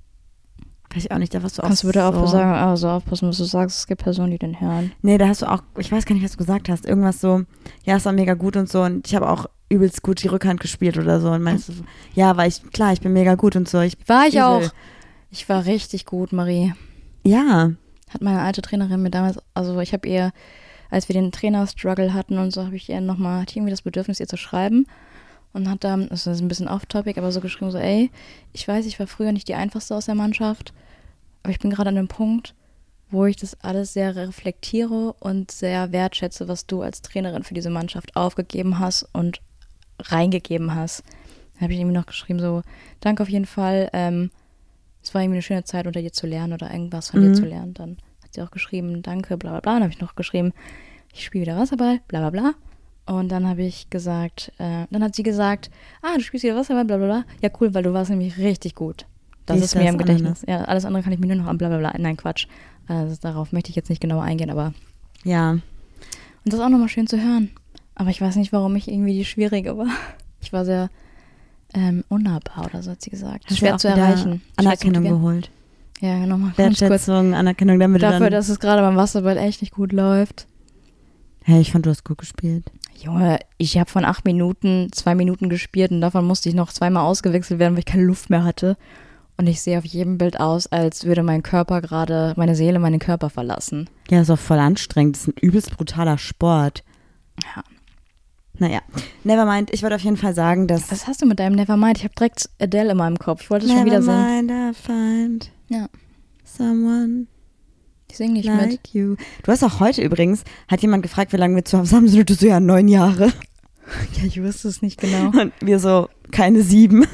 weiß ich auch nicht, da warst du auch Kannst du bitte so auch sagen, also aufpassen, was du sagst, es gibt Personen, die den hören. Nee, da hast du auch, ich weiß gar nicht, was du gesagt hast, irgendwas so, ja, es war mega gut und so und ich habe auch übelst gut die Rückhand gespielt oder so und meinst du, ja, war ich, klar, ich bin mega gut und so. Ich, war ich übel. auch. Ich war richtig gut, Marie. Ja. Hat meine alte Trainerin mir damals, also ich habe ihr, als wir den Trainer-Struggle hatten und so, habe ich ihr nochmal, hatte ich irgendwie das Bedürfnis, ihr zu schreiben und hat dann, das ist ein bisschen off-topic, aber so geschrieben, so ey, ich weiß, ich war früher nicht die einfachste aus der Mannschaft, aber ich bin gerade an einem Punkt, wo ich das alles sehr reflektiere und sehr wertschätze, was du als Trainerin für diese Mannschaft aufgegeben hast und reingegeben hast. Dann habe ich irgendwie noch geschrieben, so, danke auf jeden Fall, ähm, es war irgendwie eine schöne Zeit, unter dir zu lernen oder irgendwas von mhm. dir zu lernen. Dann hat sie auch geschrieben, danke, bla bla bla. Dann habe ich noch geschrieben, ich spiele wieder Wasserball, bla bla bla. Und dann habe ich gesagt, äh, dann hat sie gesagt, ah, du spielst wieder Wasserball, bla bla bla. Ja, cool, weil du warst nämlich richtig gut. Das Wie ist, ist mir das im Gedächtnis. anders? Ja, alles andere kann ich mir nur noch an bla bla bla. Nein, Quatsch. Also darauf möchte ich jetzt nicht genauer eingehen, aber. Ja. Und das ist auch nochmal schön zu hören. Aber ich weiß nicht, warum ich irgendwie die Schwierige war. Ich war sehr ähm, unnahbar oder so, hat sie gesagt. Hast Schwer zu erreichen. Anerkennung geholt. Ja, nochmal Wertschätzung, Anerkennung, damit dafür, du dann dass es gerade beim Wasserball echt nicht gut läuft. Hey, ich fand, du hast gut gespielt. Junge, ich habe von acht Minuten zwei Minuten gespielt und davon musste ich noch zweimal ausgewechselt werden, weil ich keine Luft mehr hatte. Und ich sehe auf jedem Bild aus, als würde mein Körper gerade, meine Seele meinen Körper verlassen. Ja, ist auch voll anstrengend. Das ist ein übelst brutaler Sport. Ja. Naja, nevermind. Ich wollte auf jeden Fall sagen, dass... Was hast du mit deinem Nevermind? Ich habe direkt Adele in meinem Kopf. Ich wollte es schon wieder singen. Nevermind, I find ja. someone ich singe nicht like mit. you. Du hast auch heute übrigens, hat jemand gefragt, wie lange wir zusammen sind. Und du so, ja, neun Jahre. Ja, ich wusste es nicht genau. Und wir so, keine sieben.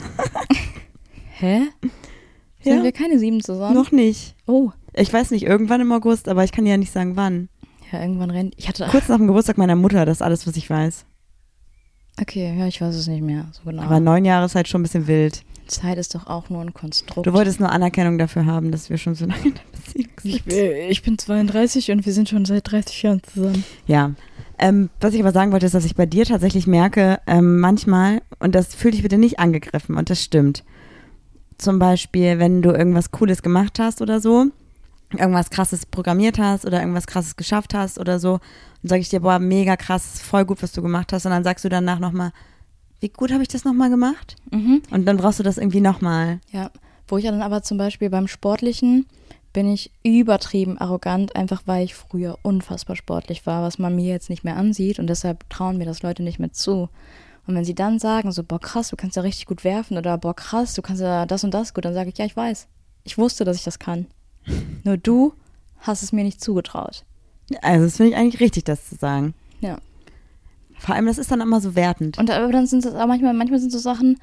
Hä? Ja. Sind wir keine sieben zusammen? Noch nicht. Oh. Ich weiß nicht, irgendwann im August, aber ich kann dir ja nicht sagen, wann. Ja, irgendwann rennt. Ich hatte. Kurz nach dem Geburtstag meiner Mutter, das ist alles, was ich weiß. Okay, ja, ich weiß es nicht mehr so genau. Aber neun Jahre ist halt schon ein bisschen wild. Zeit ist doch auch nur ein Konstrukt. Du wolltest nur Anerkennung dafür haben, dass wir schon so lange in der Beziehung sind. Ich, ich bin zweiunddreißig und wir sind schon seit dreißig Jahren zusammen. Ja. Ähm, was ich aber sagen wollte, ist, dass ich bei dir tatsächlich merke, ähm, manchmal, und das fühl dich bitte nicht angegriffen, und das stimmt. Zum Beispiel, wenn du irgendwas Cooles gemacht hast oder so, irgendwas Krasses programmiert hast oder irgendwas Krasses geschafft hast oder so, dann sage ich dir, boah, mega krass, voll gut, was du gemacht hast. Und dann sagst du danach nochmal, wie gut habe ich das nochmal gemacht? Mhm. Und dann brauchst du das irgendwie nochmal. Ja, wo ich dann aber zum Beispiel beim Sportlichen bin ich übertrieben arrogant, einfach weil ich früher unfassbar sportlich war, was man mir jetzt nicht mehr ansieht und deshalb trauen mir das Leute nicht mehr zu. Und wenn sie dann sagen, so, boah krass, du kannst ja richtig gut werfen oder boah krass, du kannst ja das und das gut, dann sage ich, ja, ich weiß. Ich wusste, dass ich das kann. Nur du hast es mir nicht zugetraut. Also das finde ich eigentlich richtig, das zu sagen. Ja. Vor allem, das ist dann immer so wertend. Und aber dann sind es auch manchmal, manchmal sind so Sachen,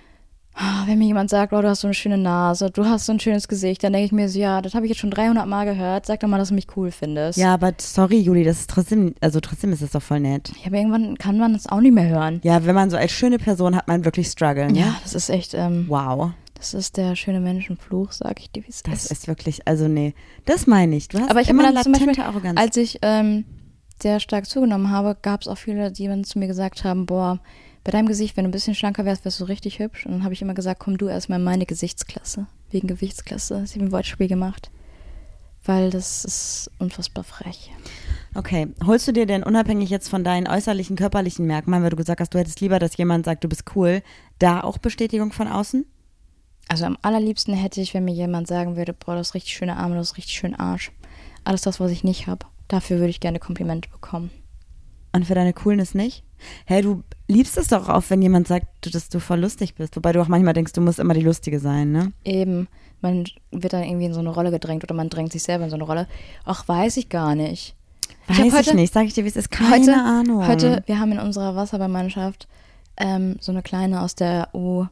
wenn mir jemand sagt, oh, du hast so eine schöne Nase, du hast so ein schönes Gesicht, dann denke ich mir so, ja, das habe ich jetzt schon dreihundert Mal gehört, sag doch mal, dass du mich cool findest. Ja, aber sorry, Juli, das ist trotzdem, also trotzdem ist das doch voll nett. Ja, aber irgendwann kann man das auch nicht mehr hören. Ja, wenn man so als schöne Person hat, man wirklich Struggle, ne? Ja, das ist echt, ähm, wow. Das ist der schöne Menschenfluch, sag ich dir, wie es ist. Das ist wirklich, also nee, das meine ich. Du hast aber ich immer habe dann zum latente Beispiel, Arroganz. als ich ähm, sehr stark zugenommen habe, gab es auch viele, die dann zu mir gesagt haben, boah, bei deinem Gesicht, wenn du ein bisschen schlanker wärst, wärst du richtig hübsch. Und dann habe ich immer gesagt, komm du erstmal in meine Gesichtsklasse, wegen Gewichtsklasse. Das habe ich ein Wortspiel gemacht, weil das ist unfassbar frech. Okay, holst du dir denn unabhängig jetzt von deinen äußerlichen, körperlichen Merkmalen, weil du gesagt hast, du hättest lieber, dass jemand sagt, du bist cool, da auch Bestätigung von außen? Also am allerliebsten hätte ich, wenn mir jemand sagen würde, boah, du hast richtig schöne Arme, du hast richtig schönen Arsch. Alles das, was ich nicht habe. Dafür würde ich gerne Komplimente bekommen. Und für deine Coolness nicht? Hey, du liebst es doch auch, wenn jemand sagt, dass du voll lustig bist. Wobei du auch manchmal denkst, du musst immer die Lustige sein, ne? Eben. Man wird dann irgendwie in so eine Rolle gedrängt oder man drängt sich selber in so eine Rolle. Ach, weiß ich gar nicht. Weiß ich, heute, ich nicht, sag ich dir, wie es ist. Keine heute, Ahnung. Heute, wir haben in unserer Wasserballmannschaft ähm, so eine Kleine aus der U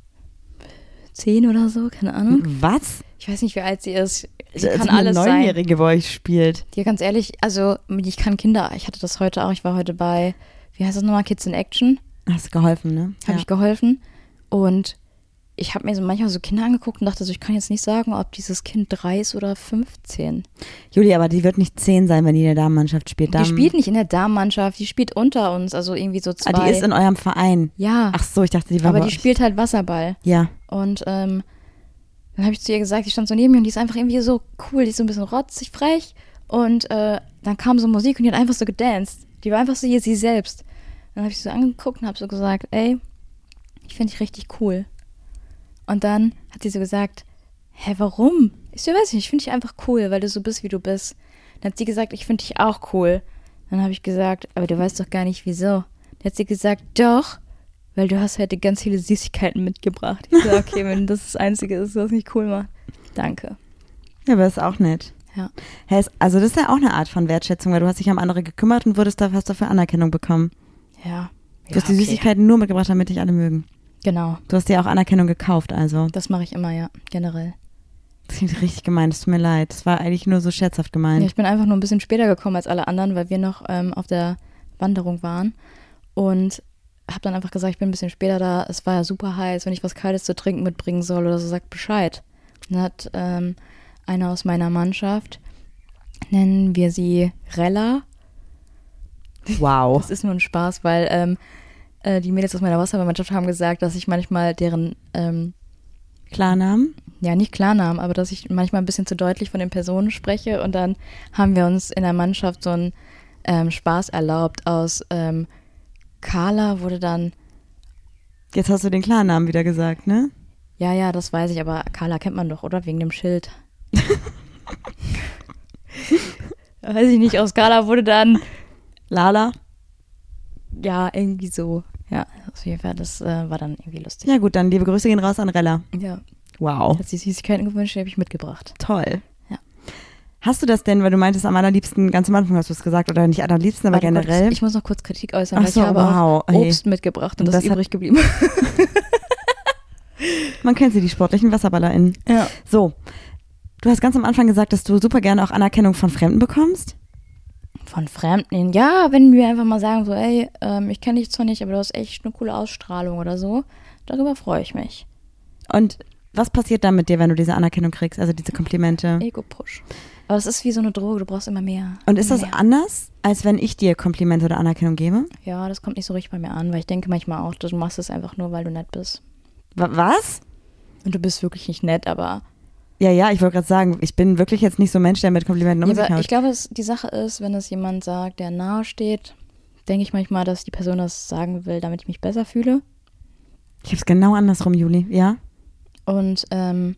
zehn oder so, keine Ahnung. Was? Ich weiß nicht, wie alt sie ist. Sie das kann ist eine alles sein. Neunjährige bei euch spielt. Ja, ganz ehrlich, also ich kann Kinder, ich hatte das heute auch, ich war heute bei, wie heißt das nochmal, Kids in Action. Hast du geholfen, ne? Habe Ja. ich geholfen. Und ich habe mir so manchmal so Kinder angeguckt und dachte so, ich kann jetzt nicht sagen, ob dieses Kind drei ist oder fünfzehn. Julia, aber die wird nicht zehn sein, wenn die in der Damenmannschaft spielt. Die spielt nicht in der Damenmannschaft, die spielt unter uns, also irgendwie so zwei. Ah, die ist in eurem Verein. Ja, Ach so, ich dachte, die war aber bei die euch. spielt halt Wasserball. Ja. Und ähm, dann habe ich zu ihr gesagt, die stand so neben mir und die ist einfach irgendwie so cool, die ist so ein bisschen rotzig, frech. Und äh, dann kam so Musik und die hat einfach so gedanced. Die war einfach so hier sie selbst. Dann habe ich sie so angeguckt und habe so gesagt, ey, ich finde dich richtig cool. Und dann hat sie so gesagt, hä, warum? Ich so, weiß ich nicht, ich finde dich einfach cool, weil du so bist, wie du bist. Dann hat sie gesagt, ich finde dich auch cool. Dann habe ich gesagt, aber du weißt doch gar nicht, wieso. Dann hat sie gesagt, doch, weil du hast heute ganz viele Süßigkeiten mitgebracht. Ich so, okay, wenn das das Einzige ist, was mich cool macht. Danke. Ja, aber ist auch nett. Ja. Hä, ist- Also das ist ja auch eine Art von Wertschätzung, weil du hast dich um andere gekümmert und wurdest da, hast dafür Anerkennung bekommen. Ja. Du hast die Süßigkeiten nur mitgebracht, damit dich alle mögen. Genau, Du hast dir auch Anerkennung gekauft, also. das mache ich immer, ja, generell. Das klingt richtig gemein, es tut mir leid. Das war eigentlich nur so scherzhaft gemeint. Ja, ich bin einfach nur ein bisschen später gekommen als alle anderen, weil wir noch ähm, auf der Wanderung waren und habe dann einfach gesagt, ich bin ein bisschen später da. Es war ja super heiß, wenn ich was Kaltes zu trinken mitbringen soll oder so, sagt Bescheid. Dann hat ähm, einer aus meiner Mannschaft, nennen wir sie Rella. Wow. Das ist nur ein Spaß, weil ähm, äh, die Mädels aus meiner Wasserballmannschaft haben gesagt, dass ich manchmal deren, ähm, Klarnamen? ja nicht Klarnamen, aber dass ich manchmal ein bisschen zu deutlich von den Personen spreche und dann haben wir uns in der Mannschaft so einen ähm, Spaß erlaubt aus ähm, Carla wurde dann, Jetzt hast du den Klarnamen wieder gesagt, ne? ja, ja, das weiß ich, aber Carla kennt man doch, oder? Wegen dem Schild. Weiß ich nicht, aus Carla wurde dann, Lala? ja, irgendwie so. Ja, auf jeden Fall, das äh, war dann irgendwie lustig. Ja gut, dann liebe Grüße gehen raus an Rella. Ja, Wow. hat sie Süßigkeiten gewünscht, die habe ich mitgebracht. Toll. Ja. Hast du das denn, weil du meintest, am allerliebsten, ganz am Anfang hast du es gesagt, oder nicht allerliebsten, aber Warte generell? Kurz, ich muss noch kurz Kritik äußern, Ach weil so, ich habe wow, auch hey. Obst mitgebracht und, Und das, das ist hat- übrig geblieben. Man kennt sie, die sportlichen WasserballerInnen. Ja. So, du hast ganz am Anfang gesagt, dass du super gerne auch Anerkennung von Fremden bekommst. Von Fremden, ja, wenn wir einfach mal sagen so, ey, ähm, ich kenne dich zwar nicht, aber du hast echt eine coole Ausstrahlung oder so, darüber freue ich mich. Und was passiert dann mit dir, wenn du diese Anerkennung kriegst, also diese Komplimente? Ego-Push. Aber es ist wie so eine Droge, du brauchst immer mehr. Und ist immer das mehr. anders, als wenn ich dir Komplimente oder Anerkennung gebe? Ja, das kommt nicht so richtig bei mir an, weil ich denke manchmal auch, du machst es einfach nur, weil du nett bist. Wa- Was? Und du bist wirklich nicht nett, aber, Ja, ja, ich wollte gerade sagen, ich bin wirklich jetzt nicht so ein Mensch, der mit Komplimenten um ja, sich aber haut. ich glaube, es, die Sache ist, wenn es jemand sagt, der nahe steht, denke ich manchmal, dass die Person das sagen will, damit ich mich besser fühle. Ich habe es genau andersrum, Juli, ja? Und ähm,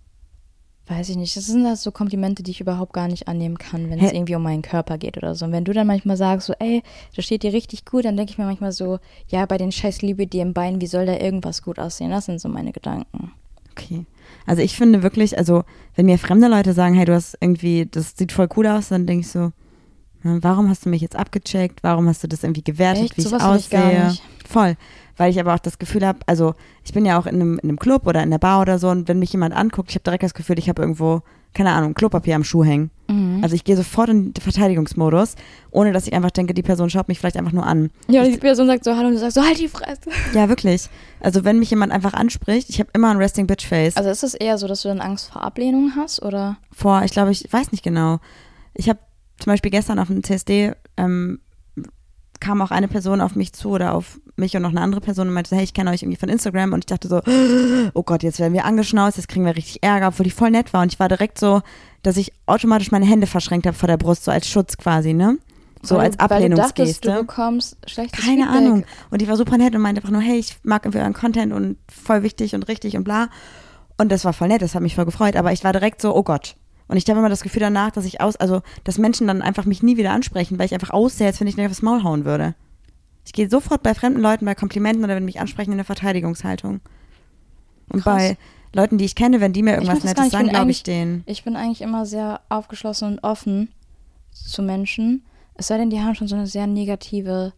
weiß ich nicht, das sind halt so Komplimente, die ich überhaupt gar nicht annehmen kann, wenn Hä? es irgendwie um meinen Körper geht oder so. Und wenn du dann manchmal sagst, so, ey, das steht dir richtig gut, dann denke ich mir manchmal so, ja, bei den scheiß Liebe dir im Bein, wie soll da irgendwas gut aussehen? Das sind so meine Gedanken. Okay. Also ich finde wirklich, also wenn mir fremde Leute sagen, hey, du hast irgendwie, das sieht voll cool aus, dann denke ich so, hm, warum hast du mich jetzt abgecheckt? Warum hast du das irgendwie gewertet, Echt? wie ich Sowas will ich gar aussehe? nicht. Voll. Weil ich aber auch das Gefühl habe, also ich bin ja auch in einem, in einem Club oder in der Bar oder so und wenn mich jemand anguckt, ich habe direkt das Gefühl, ich habe irgendwo, keine Ahnung, Klopapier am Schuh hängen. Mhm. Also ich gehe sofort in den Verteidigungsmodus, ohne dass ich einfach denke, die Person schaut mich vielleicht einfach nur an. Ja, ich, die Person sagt so, hallo, und du sagst so, halt die Fresse. Ja, wirklich. Also wenn mich jemand einfach anspricht, ich habe immer ein Resting Bitch Face. Also ist es eher so, dass du dann Angst vor Ablehnung hast, oder? Vor, ich glaube, ich weiß nicht genau. Ich habe zum Beispiel gestern auf dem C S D ähm, kam auch eine Person auf mich zu oder auf mich und noch eine andere Person und meinte, hey, ich kenne euch irgendwie von Instagram und ich dachte so, oh Gott, jetzt werden wir angeschnauzt, jetzt kriegen wir richtig Ärger, obwohl die voll nett war und ich war direkt so, dass ich automatisch meine Hände verschränkt habe vor der Brust, so als Schutz quasi, ne? So Weil als du, weil du dachtest, Ablehnungsgeste. du bekommst schlechtes Keine Feedback. Ahnung. Und die war super nett und meinte einfach nur, hey, ich mag irgendwie euren Content und voll wichtig und richtig und bla. Und das war voll nett, das hat mich voll gefreut. Aber ich war direkt so, oh Gott. Und ich habe immer das Gefühl danach, dass ich aus, also, dass Menschen dann einfach mich nie wieder ansprechen, weil ich einfach aussehe, als wenn ich nicht aufs Maul hauen würde. Ich gehe sofort bei fremden Leuten, bei Komplimenten oder wenn die mich ansprechen, in eine Verteidigungshaltung. Und Krass. bei Leuten, die ich kenne, wenn die mir irgendwas mach das gar Nettes nicht. Ich sagen, bin glaube ich eigentlich- denen. Ich bin eigentlich immer sehr aufgeschlossen und offen zu Menschen. Es sei denn, die haben schon so eine sehr negative,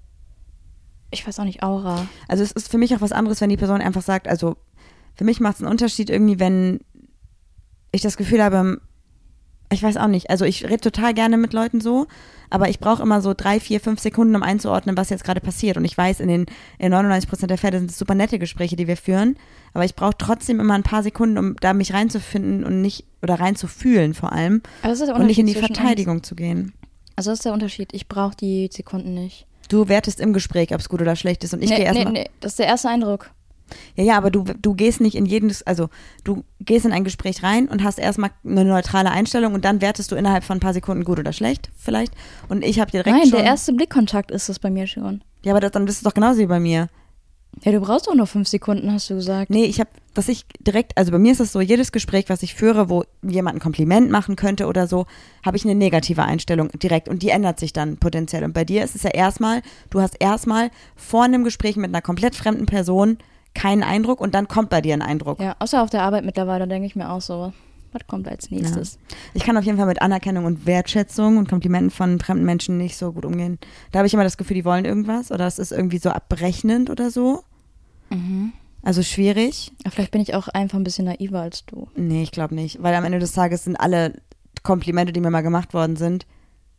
ich weiß auch nicht, Aura. Also es ist für mich auch was anderes, wenn die Person einfach sagt, also für mich macht es einen Unterschied irgendwie, wenn ich das Gefühl habe, Ich weiß auch nicht. Also ich rede total gerne mit Leuten so, aber ich brauche immer so drei, vier, fünf Sekunden, um einzuordnen, was jetzt gerade passiert. Und ich weiß, in den in neunundneunzig Prozent der Fälle sind es super nette Gespräche, die wir führen, aber ich brauche trotzdem immer ein paar Sekunden, um da mich reinzufinden und nicht, oder reinzufühlen vor allem. Aber das ist der und nicht in die Unterschied zwischen Verteidigung uns. zu gehen. Also das ist der Unterschied. Ich brauche die Sekunden nicht. Du wertest im Gespräch, ob es gut oder schlecht ist. Und ich nee, gehe erstmal. Nee, nee, das ist der erste Eindruck. Ja, ja, aber du, du gehst nicht in jedes, also du gehst in ein Gespräch rein und hast erstmal eine neutrale Einstellung und dann wertest du innerhalb von ein paar Sekunden gut oder schlecht vielleicht. Und ich habe direkt Nein, schon. der erste Blickkontakt ist das bei mir schon. Ja, aber das, dann ist es doch genauso wie bei mir. Ja, du brauchst doch nur fünf Sekunden, hast du gesagt. Nee, ich habe, dass ich direkt, also bei mir ist es so, jedes Gespräch, was ich führe, wo jemand ein Kompliment machen könnte oder so, habe ich eine negative Einstellung direkt und die ändert sich dann potenziell. Und bei dir ist es ja erstmal, du hast erstmal vor einem Gespräch mit einer komplett fremden Person keinen Eindruck und dann kommt bei dir ein Eindruck. Ja, außer auf der Arbeit mittlerweile denke ich mir auch so, was kommt als nächstes? Ja. Ich kann auf jeden Fall mit Anerkennung und Wertschätzung und Komplimenten von fremden Menschen nicht so gut umgehen. Da habe ich immer das Gefühl, die wollen irgendwas oder es ist irgendwie so abrechnend oder so. Mhm. Also schwierig. Aber vielleicht bin ich auch einfach ein bisschen naiver als du. Nee, ich glaube nicht, weil am Ende des Tages sind alle Komplimente, die mir mal gemacht worden sind,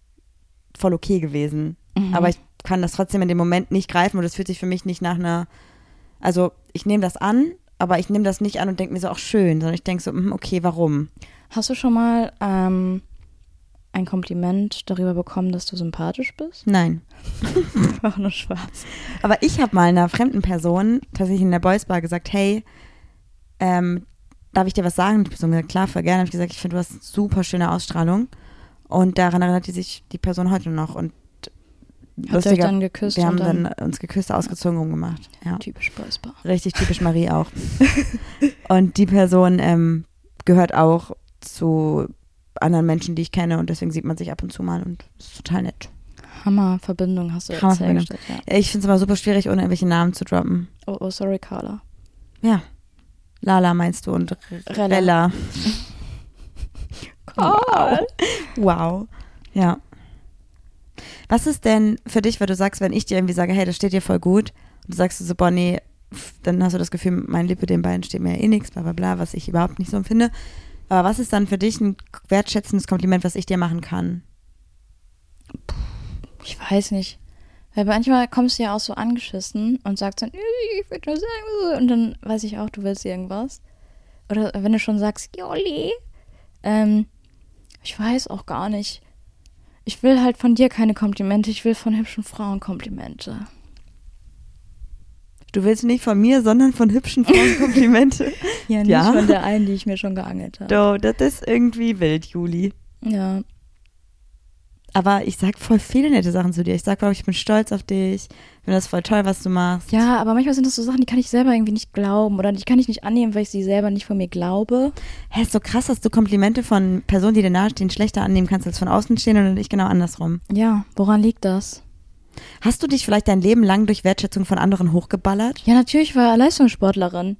voll okay gewesen. Mhm. Aber ich kann das trotzdem in dem Moment nicht greifen und es fühlt sich für mich nicht nach einer, also ich nehme das an, aber ich nehme das nicht an und denke mir so, auch schön, sondern ich denke so, okay, warum? Hast du schon mal ähm, ein Kompliment darüber bekommen, dass du sympathisch bist? Nein. Auch nur Spaß. Aber ich habe mal einer fremden Person tatsächlich in der Boys Bar gesagt, hey, ähm, darf ich dir was sagen? Und die Person gesagt, klar, voll gerne. Habe ich gesagt, ich finde, du hast eine super schöne Ausstrahlung. Und daran erinnert die sich die Person heute noch. Und Habt ihr euch dann geküsst? Wir haben und dann, dann uns geküsst, ausgezogen, rumgemacht. Ja. Typisch Boys Bar. Richtig typisch Marie auch. Und die Person ähm, gehört auch zu anderen Menschen, die ich kenne. Und deswegen sieht man sich ab und zu mal und ist total nett. Hammerverbindung hast du jetzt Hammerverbindung. hergestellt. Ja. Ich finde es aber super schwierig, ohne irgendwelche Namen zu droppen. Oh, oh, sorry, Carla. Ja. Lala meinst du und Rella. Rella. Carl. Wow. Ja. Was ist denn für dich, weil du sagst, wenn ich dir irgendwie sage, hey, das steht dir voll gut, und du sagst so, boah, nee, dann hast du das Gefühl, mein Lippe den beiden steht mir ja eh nichts, bla bla bla, was ich überhaupt nicht so empfinde. Aber was ist dann für dich ein wertschätzendes Kompliment, was ich dir machen kann? Ich weiß nicht. Weil manchmal kommst du ja auch so angeschissen und sagst dann, ich will nur sagen, und dann weiß ich auch, du willst irgendwas. Oder wenn du schon sagst, Joli, ähm, ich weiß auch gar nicht. Ich will halt von dir keine Komplimente, ich will von hübschen Frauen Komplimente. Du willst nicht von mir, sondern von hübschen Frauen Komplimente? Ja, nicht Ja. von der einen, die ich mir schon geangelt habe. Do, das ist irgendwie wild, Juli. Ja. Aber ich sag voll viele nette Sachen zu dir. Ich sag, glaube ich, bin stolz auf dich. Ich finde das voll toll, was du machst. Ja, aber manchmal sind das so Sachen, die kann ich selber irgendwie nicht glauben oder die kann ich nicht annehmen, weil ich sie selber nicht von mir glaube. Hä, ist so krass, dass du Komplimente von Personen, die dir nahestehen, schlechter annehmen kannst als von außen stehen und ich genau andersrum. Ja, woran liegt das? Hast du dich vielleicht dein Leben lang durch Wertschätzung von anderen hochgeballert? Ja, natürlich war ich Leistungssportlerin.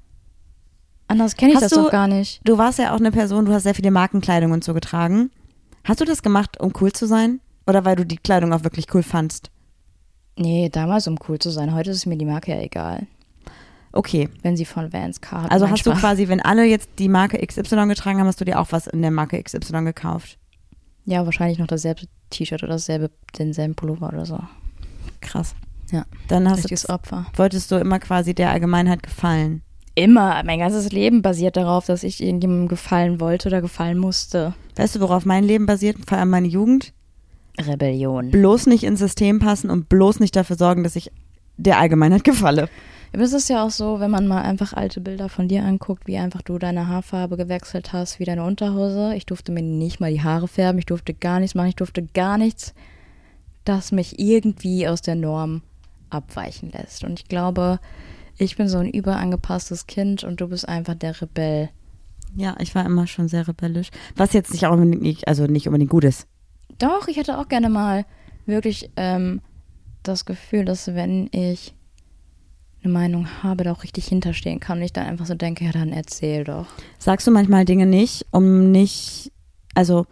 Anders kenne ich Hast das du- doch gar nicht. Du warst ja auch eine Person, du hast sehr viele Markenkleidung und so getragen. Hast du das gemacht, um cool zu sein? Oder weil du die Kleidung auch wirklich cool fandst? Nee, damals, um cool zu sein. Heute ist mir die Marke ja egal. Okay. Wenn sie von Vans K hat. Also Nein, hast du Spaß. quasi, wenn alle jetzt die Marke X Y getragen haben, hast du dir auch was in der Marke X Y gekauft? Ja, wahrscheinlich noch dasselbe T-Shirt oder dasselbe, denselben Pullover oder so. Krass. Ja. Dann hast Richtiges du, Opfer. wolltest du immer quasi der Allgemeinheit gefallen. Immer. Mein ganzes Leben basiert darauf, dass ich irgendjemandem gefallen wollte oder gefallen musste. Weißt du, worauf mein Leben basiert? Vor allem meine Jugend. Rebellion. Bloß nicht ins System passen und bloß nicht dafür sorgen, dass ich der Allgemeinheit gefalle. Aber es ist ja auch so, wenn man mal einfach alte Bilder von dir anguckt, wie einfach du deine Haarfarbe gewechselt hast, wie deine Unterhose. Ich durfte mir nicht mal die Haare färben, ich durfte gar nichts machen, ich durfte gar nichts, das mich irgendwie aus der Norm abweichen lässt. Und ich glaube, ich bin so ein überangepasstes Kind und du bist einfach der Rebell. Ja, ich war immer schon sehr rebellisch. Was jetzt nicht auch unbedingt, nicht- also nicht unbedingt gut ist. Doch, ich hätte auch gerne mal wirklich ähm, das Gefühl, dass wenn ich eine Meinung habe, da auch richtig hinterstehen kann und ich dann einfach so denke, ja, dann erzähl doch. Sagst du manchmal Dinge nicht, um nicht, also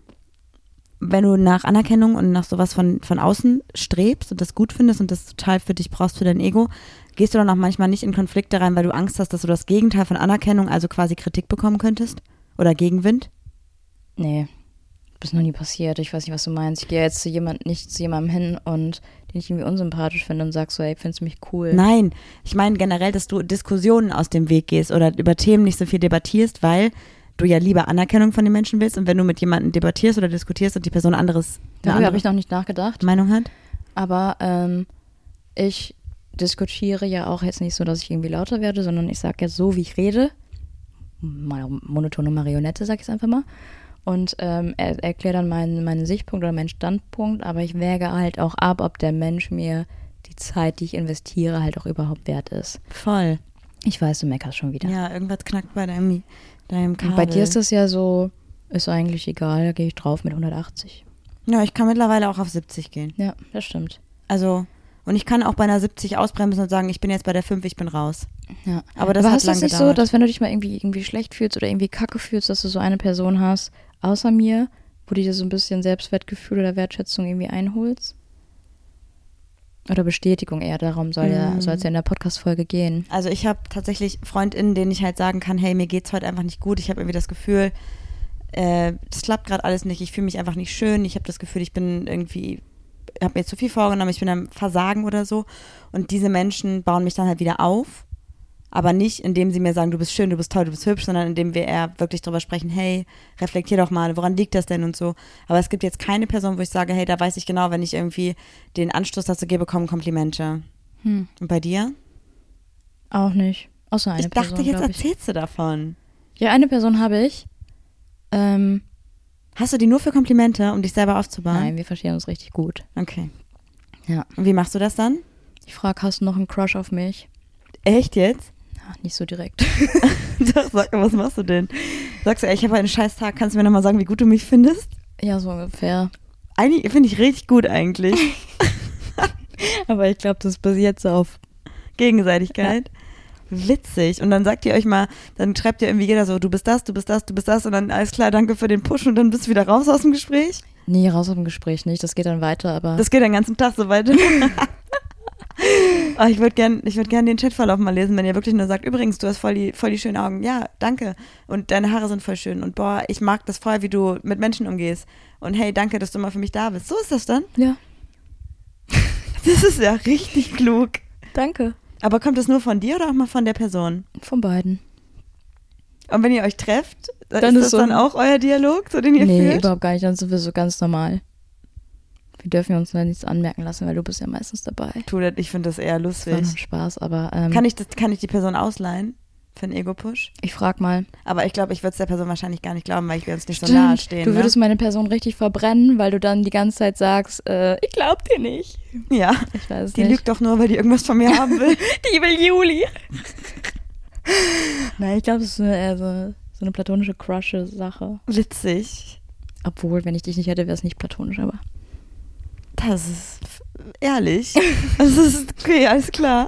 wenn du nach Anerkennung und nach sowas von, von außen strebst und das gut findest und das total für dich brauchst, für dein Ego, gehst du dann auch manchmal nicht in Konflikte rein, weil du Angst hast, dass du das Gegenteil von Anerkennung, also quasi Kritik bekommen könntest oder Gegenwind? Nee, das ist noch nie passiert. Ich weiß nicht, was du meinst. Ich gehe jetzt zu jemand, nicht zu jemandem hin und den ich irgendwie unsympathisch finde und sag so, ey, findest du mich cool? Nein, ich meine generell, dass du Diskussionen aus dem Weg gehst oder über Themen nicht so viel debattierst, weil du ja lieber Anerkennung von den Menschen willst und wenn du mit jemandem debattierst oder diskutierst und die Person anderes Darüber habe ich noch nicht nachgedacht. Meinung hat. Aber ähm, ich diskutiere ja auch jetzt nicht so, dass ich irgendwie lauter werde, sondern ich sage jetzt so, wie ich rede. Monotone Marionette, sag ich es einfach mal. Und ähm, er, erkläre dann meinen, meinen Sichtpunkt oder meinen Standpunkt, aber ich wäge halt auch ab, ob der Mensch mir die Zeit, die ich investiere, halt auch überhaupt wert ist. Voll. Ich weiß, du meckerst schon wieder. Ja, irgendwas knackt bei deinem, deinem Kabel. Und bei dir ist das ja so, ist eigentlich egal, da gehe ich drauf mit hundertachtzig. Ja, ich kann mittlerweile auch auf siebzig gehen. Ja, das stimmt. Also, und ich kann auch bei einer siebzig ausbremsen und sagen, ich bin jetzt bei der fünf, ich bin raus. Ja. Aber das Aber hat hast du lang es nicht gedauert. so, dass wenn du dich mal irgendwie, irgendwie schlecht fühlst oder irgendwie kacke fühlst, dass du so eine Person hast, außer mir, wo du dir so ein bisschen Selbstwertgefühl oder Wertschätzung irgendwie einholst? Oder Bestätigung eher, darum soll ja, Mm. soll es ja in der Podcast-Folge gehen. Also ich habe tatsächlich FreundInnen, denen ich halt sagen kann, hey, mir geht's heute einfach nicht gut. Ich habe irgendwie das Gefühl, äh, das klappt gerade alles nicht. Ich fühle mich einfach nicht schön. Ich habe das Gefühl, ich bin irgendwie, habe mir zu viel vorgenommen. Ich bin am Versagen oder so. Und diese Menschen bauen mich dann halt wieder auf. Aber nicht, indem sie mir sagen, du bist schön, du bist toll, du bist hübsch, sondern indem wir eher wirklich drüber sprechen, hey, reflektier doch mal, woran liegt das denn und so. Aber es gibt jetzt keine Person, wo ich sage, hey, da weiß ich genau, wenn ich irgendwie den Anstoß dazu gebe, kommen Komplimente. Hm. Und bei dir? Auch nicht. Außer eine Ich dachte, Person, jetzt glaub ich. erzählst du davon. Ja, eine Person habe ich. Ähm, Hast du die nur für Komplimente, um dich selber aufzubauen? nein, wir verstehen uns richtig gut. Okay. Ja. Und wie machst du das dann? Ich frage, hast du noch einen Crush auf mich? Echt jetzt? Ja, nicht so direkt. Doch, sag mal, was machst du denn? Sagst du, ey, ich habe einen scheiß Tag, kannst du mir nochmal sagen, wie gut du mich findest? Ja, so ungefähr. Eigentlich finde ich richtig gut eigentlich. Aber ich glaube, das basiert so auf. Gegenseitigkeit. Witzig. Und dann sagt ihr euch mal, dann schreibt ihr irgendwie jeder so, du bist das, du bist das, du bist das und dann alles klar, danke für den Push und dann bist du wieder raus aus dem Gespräch. Nee, raus aus dem Gespräch nicht. Das geht dann weiter, aber. Das geht den ganzen Tag so weiter. Oh, ich würde gerne würd gern den Chatverlauf mal lesen, wenn ihr wirklich nur sagt, übrigens, du hast voll die, voll die schönen Augen. Ja, danke. Und deine Haare sind voll schön. Und boah, ich mag das voll, wie du mit Menschen umgehst. Und hey, danke, dass du mal für mich da bist. So ist das dann? Ja. Das ist ja richtig klug. Danke. Aber kommt das nur von dir oder auch mal von der Person? Von beiden. Und wenn ihr euch trefft, dann Dann ist ist das so dann ein- auch euer Dialog, so den ihr Nee, führt? überhaupt gar nicht. Dann sind wir so ganz normal. Wir dürfen uns da nichts anmerken lassen, weil du bist ja meistens dabei. Tu das, ich finde das eher Das war nur lustig. ein Spaß, aber ähm, Kann ich, das, kann ich die Person ausleihen für einen Ego-Push? ich frag mal. Aber ich glaube, ich würde es der Person wahrscheinlich gar nicht glauben, weil ich wir uns nicht so nahe stehen. du würdest ne? meine Person richtig verbrennen, weil du dann die ganze Zeit sagst, äh, ich glaub dir nicht. Ja, Ich weiß es die nicht. lügt doch nur, weil die irgendwas von mir haben will. Die will Juli. Nein, ich glaube, das ist eine, eher so, so eine platonische Crush-Sache. Witzig. Obwohl, wenn ich dich nicht hätte, wäre es nicht platonisch, aber. Das ist f- ehrlich. Das ist okay, alles klar.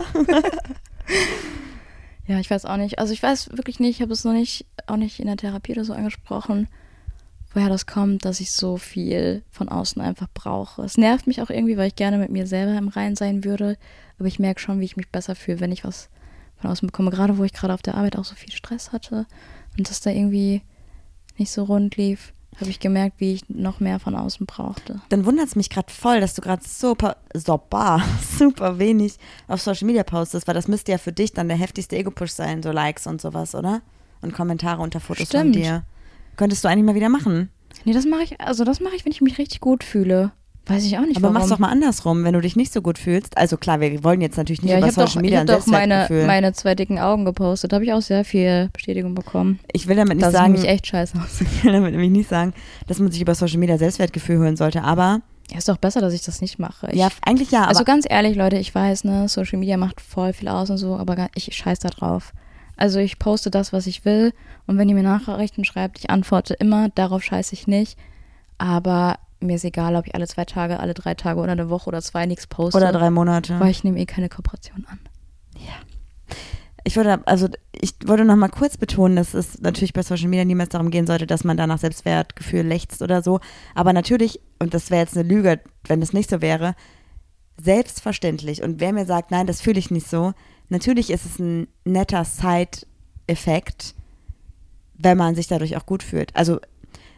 Ja, ich weiß auch nicht. Also ich weiß wirklich nicht, ich habe es noch nicht, auch nicht in der Therapie oder so angesprochen, woher das kommt, dass ich so viel von außen einfach brauche. Es nervt mich auch irgendwie, weil ich gerne mit mir selber im Reinen sein würde. Aber ich merke schon, wie ich mich besser fühle, wenn ich was von außen bekomme. Gerade wo ich gerade auf der Arbeit auch so viel Stress hatte und das da irgendwie nicht so rund lief, habe ich gemerkt, wie ich noch mehr von außen brauchte. Dann wundert es mich gerade voll, dass du gerade super, super, super wenig auf Social Media postest, weil das müsste ja für dich dann der heftigste Ego-Push sein, so Likes und sowas, oder? Und Kommentare unter Fotos von Stimmt. dir. Könntest du eigentlich mal wieder machen. Nee, das mache ich, also das mache ich, wenn ich mich richtig gut fühle. Weiß ich auch nicht, Aber warum. mach's doch mal andersrum, wenn du dich nicht so gut fühlst. Also klar, wir wollen jetzt natürlich nicht Ja, ich über habe doch, Social ich Media hab ein doch meine, Selbstwertgefühl. meine zwei dicken Augen gepostet. Da habe ich auch sehr viel Bestätigung bekommen. Ich will damit nicht Dass sagen, ich mich echt scheiße aussehe. ich will damit nämlich nicht sagen, dass man sich über Social Media Selbstwertgefühl holen sollte, aber Ja, ist doch besser, dass ich das nicht mache. Ich, ja, eigentlich ja, also aber ganz ehrlich, Leute, ich weiß, ne, Social Media macht voll viel aus und so, aber gar- ich scheiß da drauf. Also ich poste das, was ich will und wenn ihr mir Nachrichten schreibt, ich antworte immer, darauf scheiße ich nicht. Aber mir ist egal, ob ich alle zwei Tage, alle drei Tage oder eine Woche oder zwei nichts poste. oder drei Monate. Weil ich nehme eh keine Kooperation an. Ich würde, also ich wollte noch mal kurz betonen, dass es natürlich bei Social Media niemals darum gehen sollte, dass man danach Selbstwertgefühl lechzt oder so. Aber natürlich, und das wäre jetzt eine Lüge, wenn es nicht so wäre, selbstverständlich. Und wer mir sagt, nein, das fühle ich nicht so, natürlich ist es ein netter Side-Effekt, wenn man sich dadurch auch gut fühlt. Also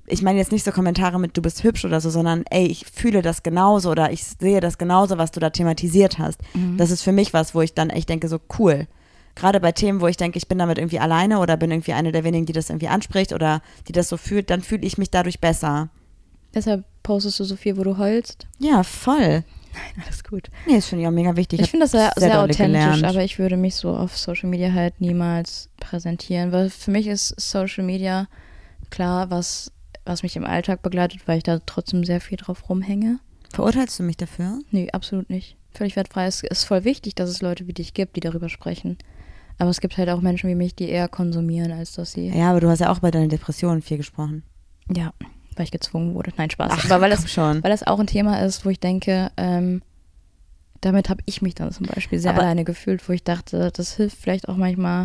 ich meine jetzt nicht so Kommentare mit, du bist hübsch oder so, sondern ey, ich fühle das genauso oder ich sehe das genauso, was du da thematisiert hast. Mhm. Das ist für mich was, wo ich dann echt denke, so cool. Gerade bei Themen, wo ich denke, ich bin damit irgendwie alleine oder bin irgendwie eine der wenigen, die das irgendwie anspricht oder die das so fühlt, dann fühle ich mich dadurch besser. Deshalb postest du so viel, wo du heulst? Ja, voll. Nein, alles gut. Nee, das finde ich auch mega wichtig. Ich, ich finde das sehr, sehr, sehr authentisch, gelernt. Aber ich würde mich so auf Social Media halt niemals präsentieren, weil für mich ist Social Media klar, was, was mich im Alltag begleitet, weil ich da trotzdem sehr viel drauf rumhänge. Verurteilst du mich dafür? Nee, absolut nicht. Völlig wertfrei. Es ist voll wichtig, dass es Leute wie dich gibt, die darüber sprechen. Aber es gibt halt auch Menschen wie mich, die eher konsumieren, als dass sie... Ja, aber du hast ja auch bei deinen Depressionen viel gesprochen. Ja, weil ich gezwungen wurde. Nein, Spaß. Ach, aber weil das, schon. weil das auch ein Thema ist, wo ich denke, ähm, damit habe ich mich dann zum Beispiel sehr aber alleine gefühlt, wo ich dachte, das hilft vielleicht auch manchmal,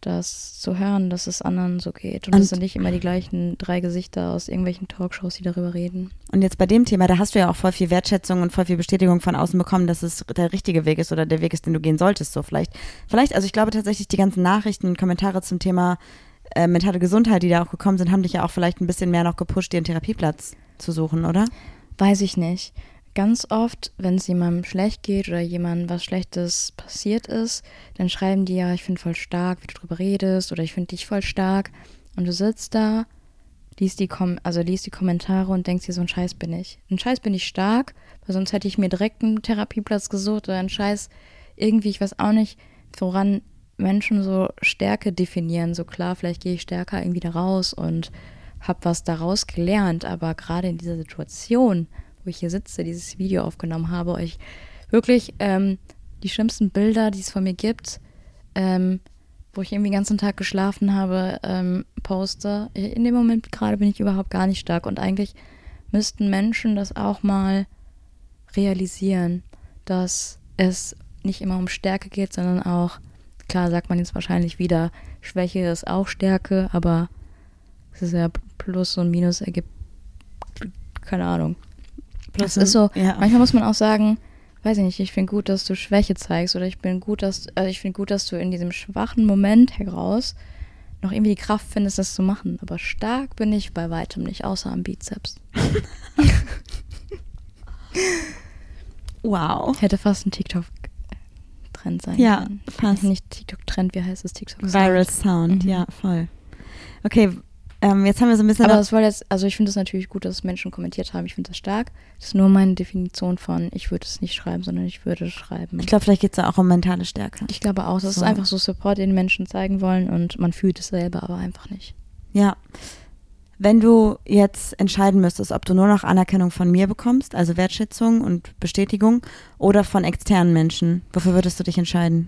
das zu hören, dass es anderen so geht. Und, und das sind nicht immer die gleichen drei Gesichter aus irgendwelchen Talkshows, die darüber reden. Und jetzt bei dem Thema, da hast du ja auch voll viel Wertschätzung und voll viel Bestätigung von außen bekommen, dass es der richtige Weg ist oder der Weg ist, den du gehen solltest. So vielleicht, vielleicht, also ich glaube tatsächlich, die ganzen Nachrichten und Kommentare zum Thema äh, mentale Gesundheit, die da auch gekommen sind, haben dich ja auch vielleicht ein bisschen mehr noch gepusht, dir einen Therapieplatz zu suchen, oder? Weiß ich nicht. Ganz oft, wenn es jemandem schlecht geht oder jemandem was Schlechtes passiert ist, dann schreiben die ja, ich finde voll stark, wie du drüber redest oder ich finde dich voll stark. Und du sitzt da, liest die, Kom- also liest die Kommentare und denkst dir, so ein Scheiß bin ich. Ein Scheiß bin ich stark, weil sonst hätte ich mir direkt einen Therapieplatz gesucht oder ein Scheiß irgendwie, ich weiß auch nicht, woran Menschen so Stärke definieren. So klar, vielleicht gehe ich stärker irgendwie da raus und habe was daraus gelernt, aber gerade in dieser Situation, wo ich hier sitze, dieses Video aufgenommen habe, euch wirklich ähm, die schlimmsten Bilder, die es von mir gibt, ähm, wo ich irgendwie den ganzen Tag geschlafen habe, ähm, poste. In dem Moment gerade bin ich überhaupt gar nicht stark und eigentlich müssten Menschen das auch mal realisieren, dass es nicht immer um Stärke geht, sondern auch, klar sagt man jetzt wahrscheinlich wieder, Schwäche ist auch Stärke, aber es ist ja Plus und Minus ergibt, keine Ahnung. Das ist so, ja. Manchmal muss man auch sagen, weiß ich nicht, ich finde gut, dass du Schwäche zeigst oder ich bin gut, dass, also ich finde gut, dass du in diesem schwachen Moment heraus noch irgendwie die Kraft findest, das zu machen. Aber stark bin ich bei weitem nicht, außer am Bizeps. Wow. Hätte fast ein TikTok-Trend sein ja, können. Ja, fast. Nicht TikTok-Trend, wie heißt es? TikTok-Sound. Viral Sound, mhm. Ja, voll. Okay, Ähm, jetzt haben wir so ein bisschen... Aber das war jetzt, also ich finde es natürlich gut, dass Menschen kommentiert haben. Ich finde das stark. Das ist nur meine Definition von, ich würde es nicht schreiben, sondern ich würde schreiben. Ich glaube, vielleicht geht es da auch um mentale Stärke. Ich glaube auch. Das so. ist einfach so Support, den Menschen zeigen wollen und man fühlt es selber, aber einfach nicht. Ja. Wenn du jetzt entscheiden müsstest, ob du nur noch Anerkennung von mir bekommst, also Wertschätzung und Bestätigung, oder von externen Menschen, wofür würdest du dich entscheiden?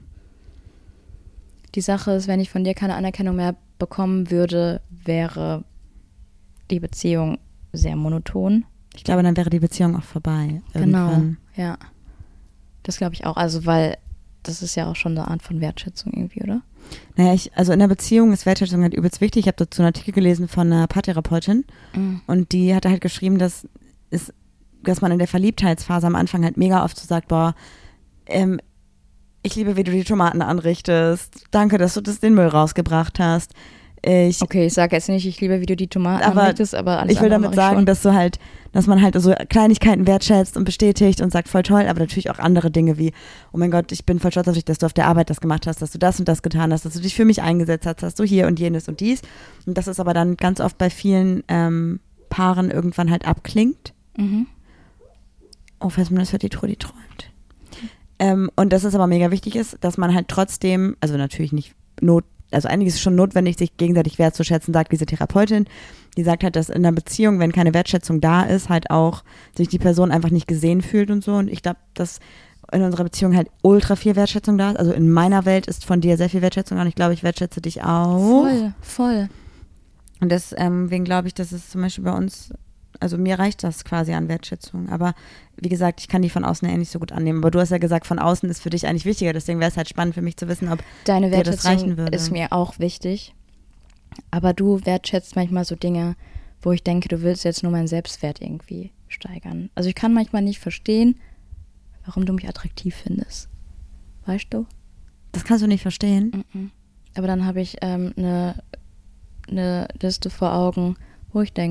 Die Sache ist, wenn ich von dir keine Anerkennung mehr bekommen würde, wäre die Beziehung sehr monoton. Ich glaube, dann wäre die Beziehung auch vorbei. Irgendwann. Genau, ja. Das glaube ich auch. Also, weil das ist ja auch schon eine Art von Wertschätzung irgendwie, oder? Naja, ich, also in der Beziehung ist Wertschätzung halt übelst wichtig. Ich habe dazu einen Artikel gelesen von einer Paartherapeutin mhm. und die hatte halt geschrieben, dass, ist, dass man in der Verliebtheitsphase am Anfang halt mega oft so sagt, boah, ähm, ich liebe, wie du die Tomaten anrichtest. Danke, dass du das den Müll rausgebracht hast. Ich, okay, ich sage jetzt nicht, ich liebe, wie du die Tomaten aber anrichtest, aber alles ich will damit ich sagen, schon. dass du halt, dass man halt so Kleinigkeiten wertschätzt und bestätigt und sagt, voll toll, aber natürlich auch andere Dinge wie, oh mein Gott, ich bin voll stolz auf dich, dass du auf der Arbeit das gemacht hast, dass du das und das getan hast, dass du dich für mich eingesetzt hast, dass du hier und jenes und dies. Und das ist aber dann ganz oft bei vielen ähm, Paaren irgendwann halt abklingt. Mhm. Oh, falls man das hört, die Trudi träumt. Ähm, und dass es aber mega wichtig ist, dass man halt trotzdem, also natürlich nicht not, also einiges ist schon notwendig, sich gegenseitig wertzuschätzen, sagt diese Therapeutin. Die sagt halt, dass in einer Beziehung, wenn keine Wertschätzung da ist, halt auch sich die Person einfach nicht gesehen fühlt und so. Und ich glaube, dass in unserer Beziehung halt ultra viel Wertschätzung da ist. Also in meiner Welt ist von dir sehr viel Wertschätzung da und ich glaube, ich wertschätze dich auch. Voll, voll. Und deswegen glaube ich, dass es zum Beispiel bei uns, also mir reicht das quasi an Wertschätzung. Aber wie gesagt, ich kann die von außen ja nicht so gut annehmen. Aber du hast ja gesagt, von außen ist für dich eigentlich wichtiger. Deswegen wäre es halt spannend für mich zu wissen, ob deine dir das reichen Wertschätzung würde. Ist mir auch wichtig. Aber du wertschätzt manchmal so Dinge, wo ich denke, du willst jetzt nur meinen Selbstwert irgendwie steigern. Also ich kann manchmal nicht verstehen, warum du mich attraktiv findest. Weißt du? Das kannst du nicht verstehen. Mm-mm. Aber dann habe ich ähm, eine, eine Liste vor Augen, wo ich denke,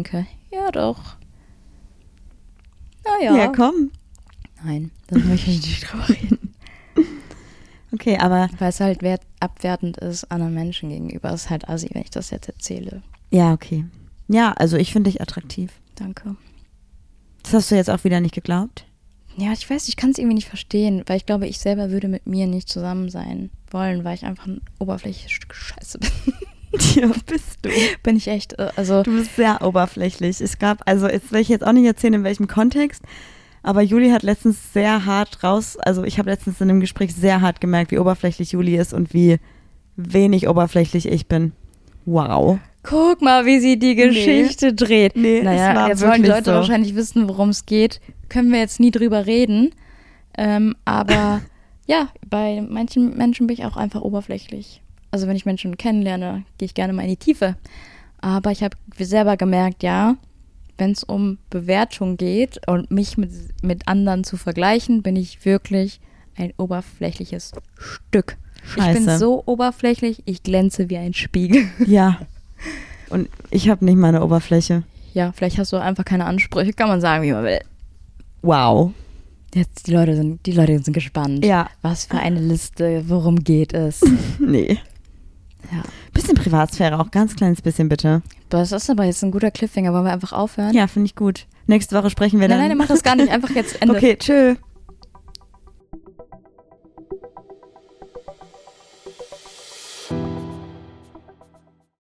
Ja, doch. Naja. Ja, komm. Nein, das möchte ich nicht drüber reden. Okay, aber... Weil es halt wert, abwertend ist anderen Menschen gegenüber. Es ist halt assi, wenn ich das jetzt erzähle. Ja, okay. Ja, also ich finde dich attraktiv. Danke. Das hast du jetzt auch wieder nicht geglaubt? Ja, ich weiß, ich kann es irgendwie nicht verstehen, weil ich glaube, ich selber würde mit mir nicht zusammen sein wollen, weil ich einfach ein oberflächliches Stück Scheiße bin. Ja, bist du. Bin ich echt, äh, also... Du bist sehr oberflächlich. Es gab, also jetzt will ich jetzt auch nicht erzählen, in welchem Kontext, aber Juli hat letztens sehr hart raus, also ich habe letztens in einem Gespräch sehr hart gemerkt, wie oberflächlich Juli ist und wie wenig oberflächlich ich bin. Wow. Guck mal, wie sie die Geschichte nee. dreht. Nee, naja, es war jetzt wollen die wirklich Leute so. wahrscheinlich wissen, worum es geht. Können wir jetzt nie drüber reden. Ähm, aber ja, bei manchen Menschen bin ich auch einfach oberflächlich. Also wenn ich Menschen kennenlerne, gehe ich gerne mal in die Tiefe. Aber ich habe selber gemerkt, ja, wenn es um Bewertung geht und mich mit, mit anderen zu vergleichen, bin ich wirklich ein oberflächliches Stück. Scheiße. Ich bin so oberflächlich, ich glänze wie ein Spiegel. Ja. Und ich habe nicht meine Oberfläche. Ja, vielleicht hast du einfach keine Ansprüche, kann man sagen, wie man will. Wow. Jetzt, die Leute sind, die Leute sind gespannt. Ja. Was für eine Liste, worum geht es? Nee. Ja. Bisschen Privatsphäre, auch ganz kleines bisschen bitte. Das ist aber jetzt ein guter Cliffhanger. Wollen wir einfach aufhören? Ja, finde ich gut. Nächste Woche sprechen wir Nein, dann. nein, mach das gar nicht. Einfach jetzt Ende. Okay, tschö.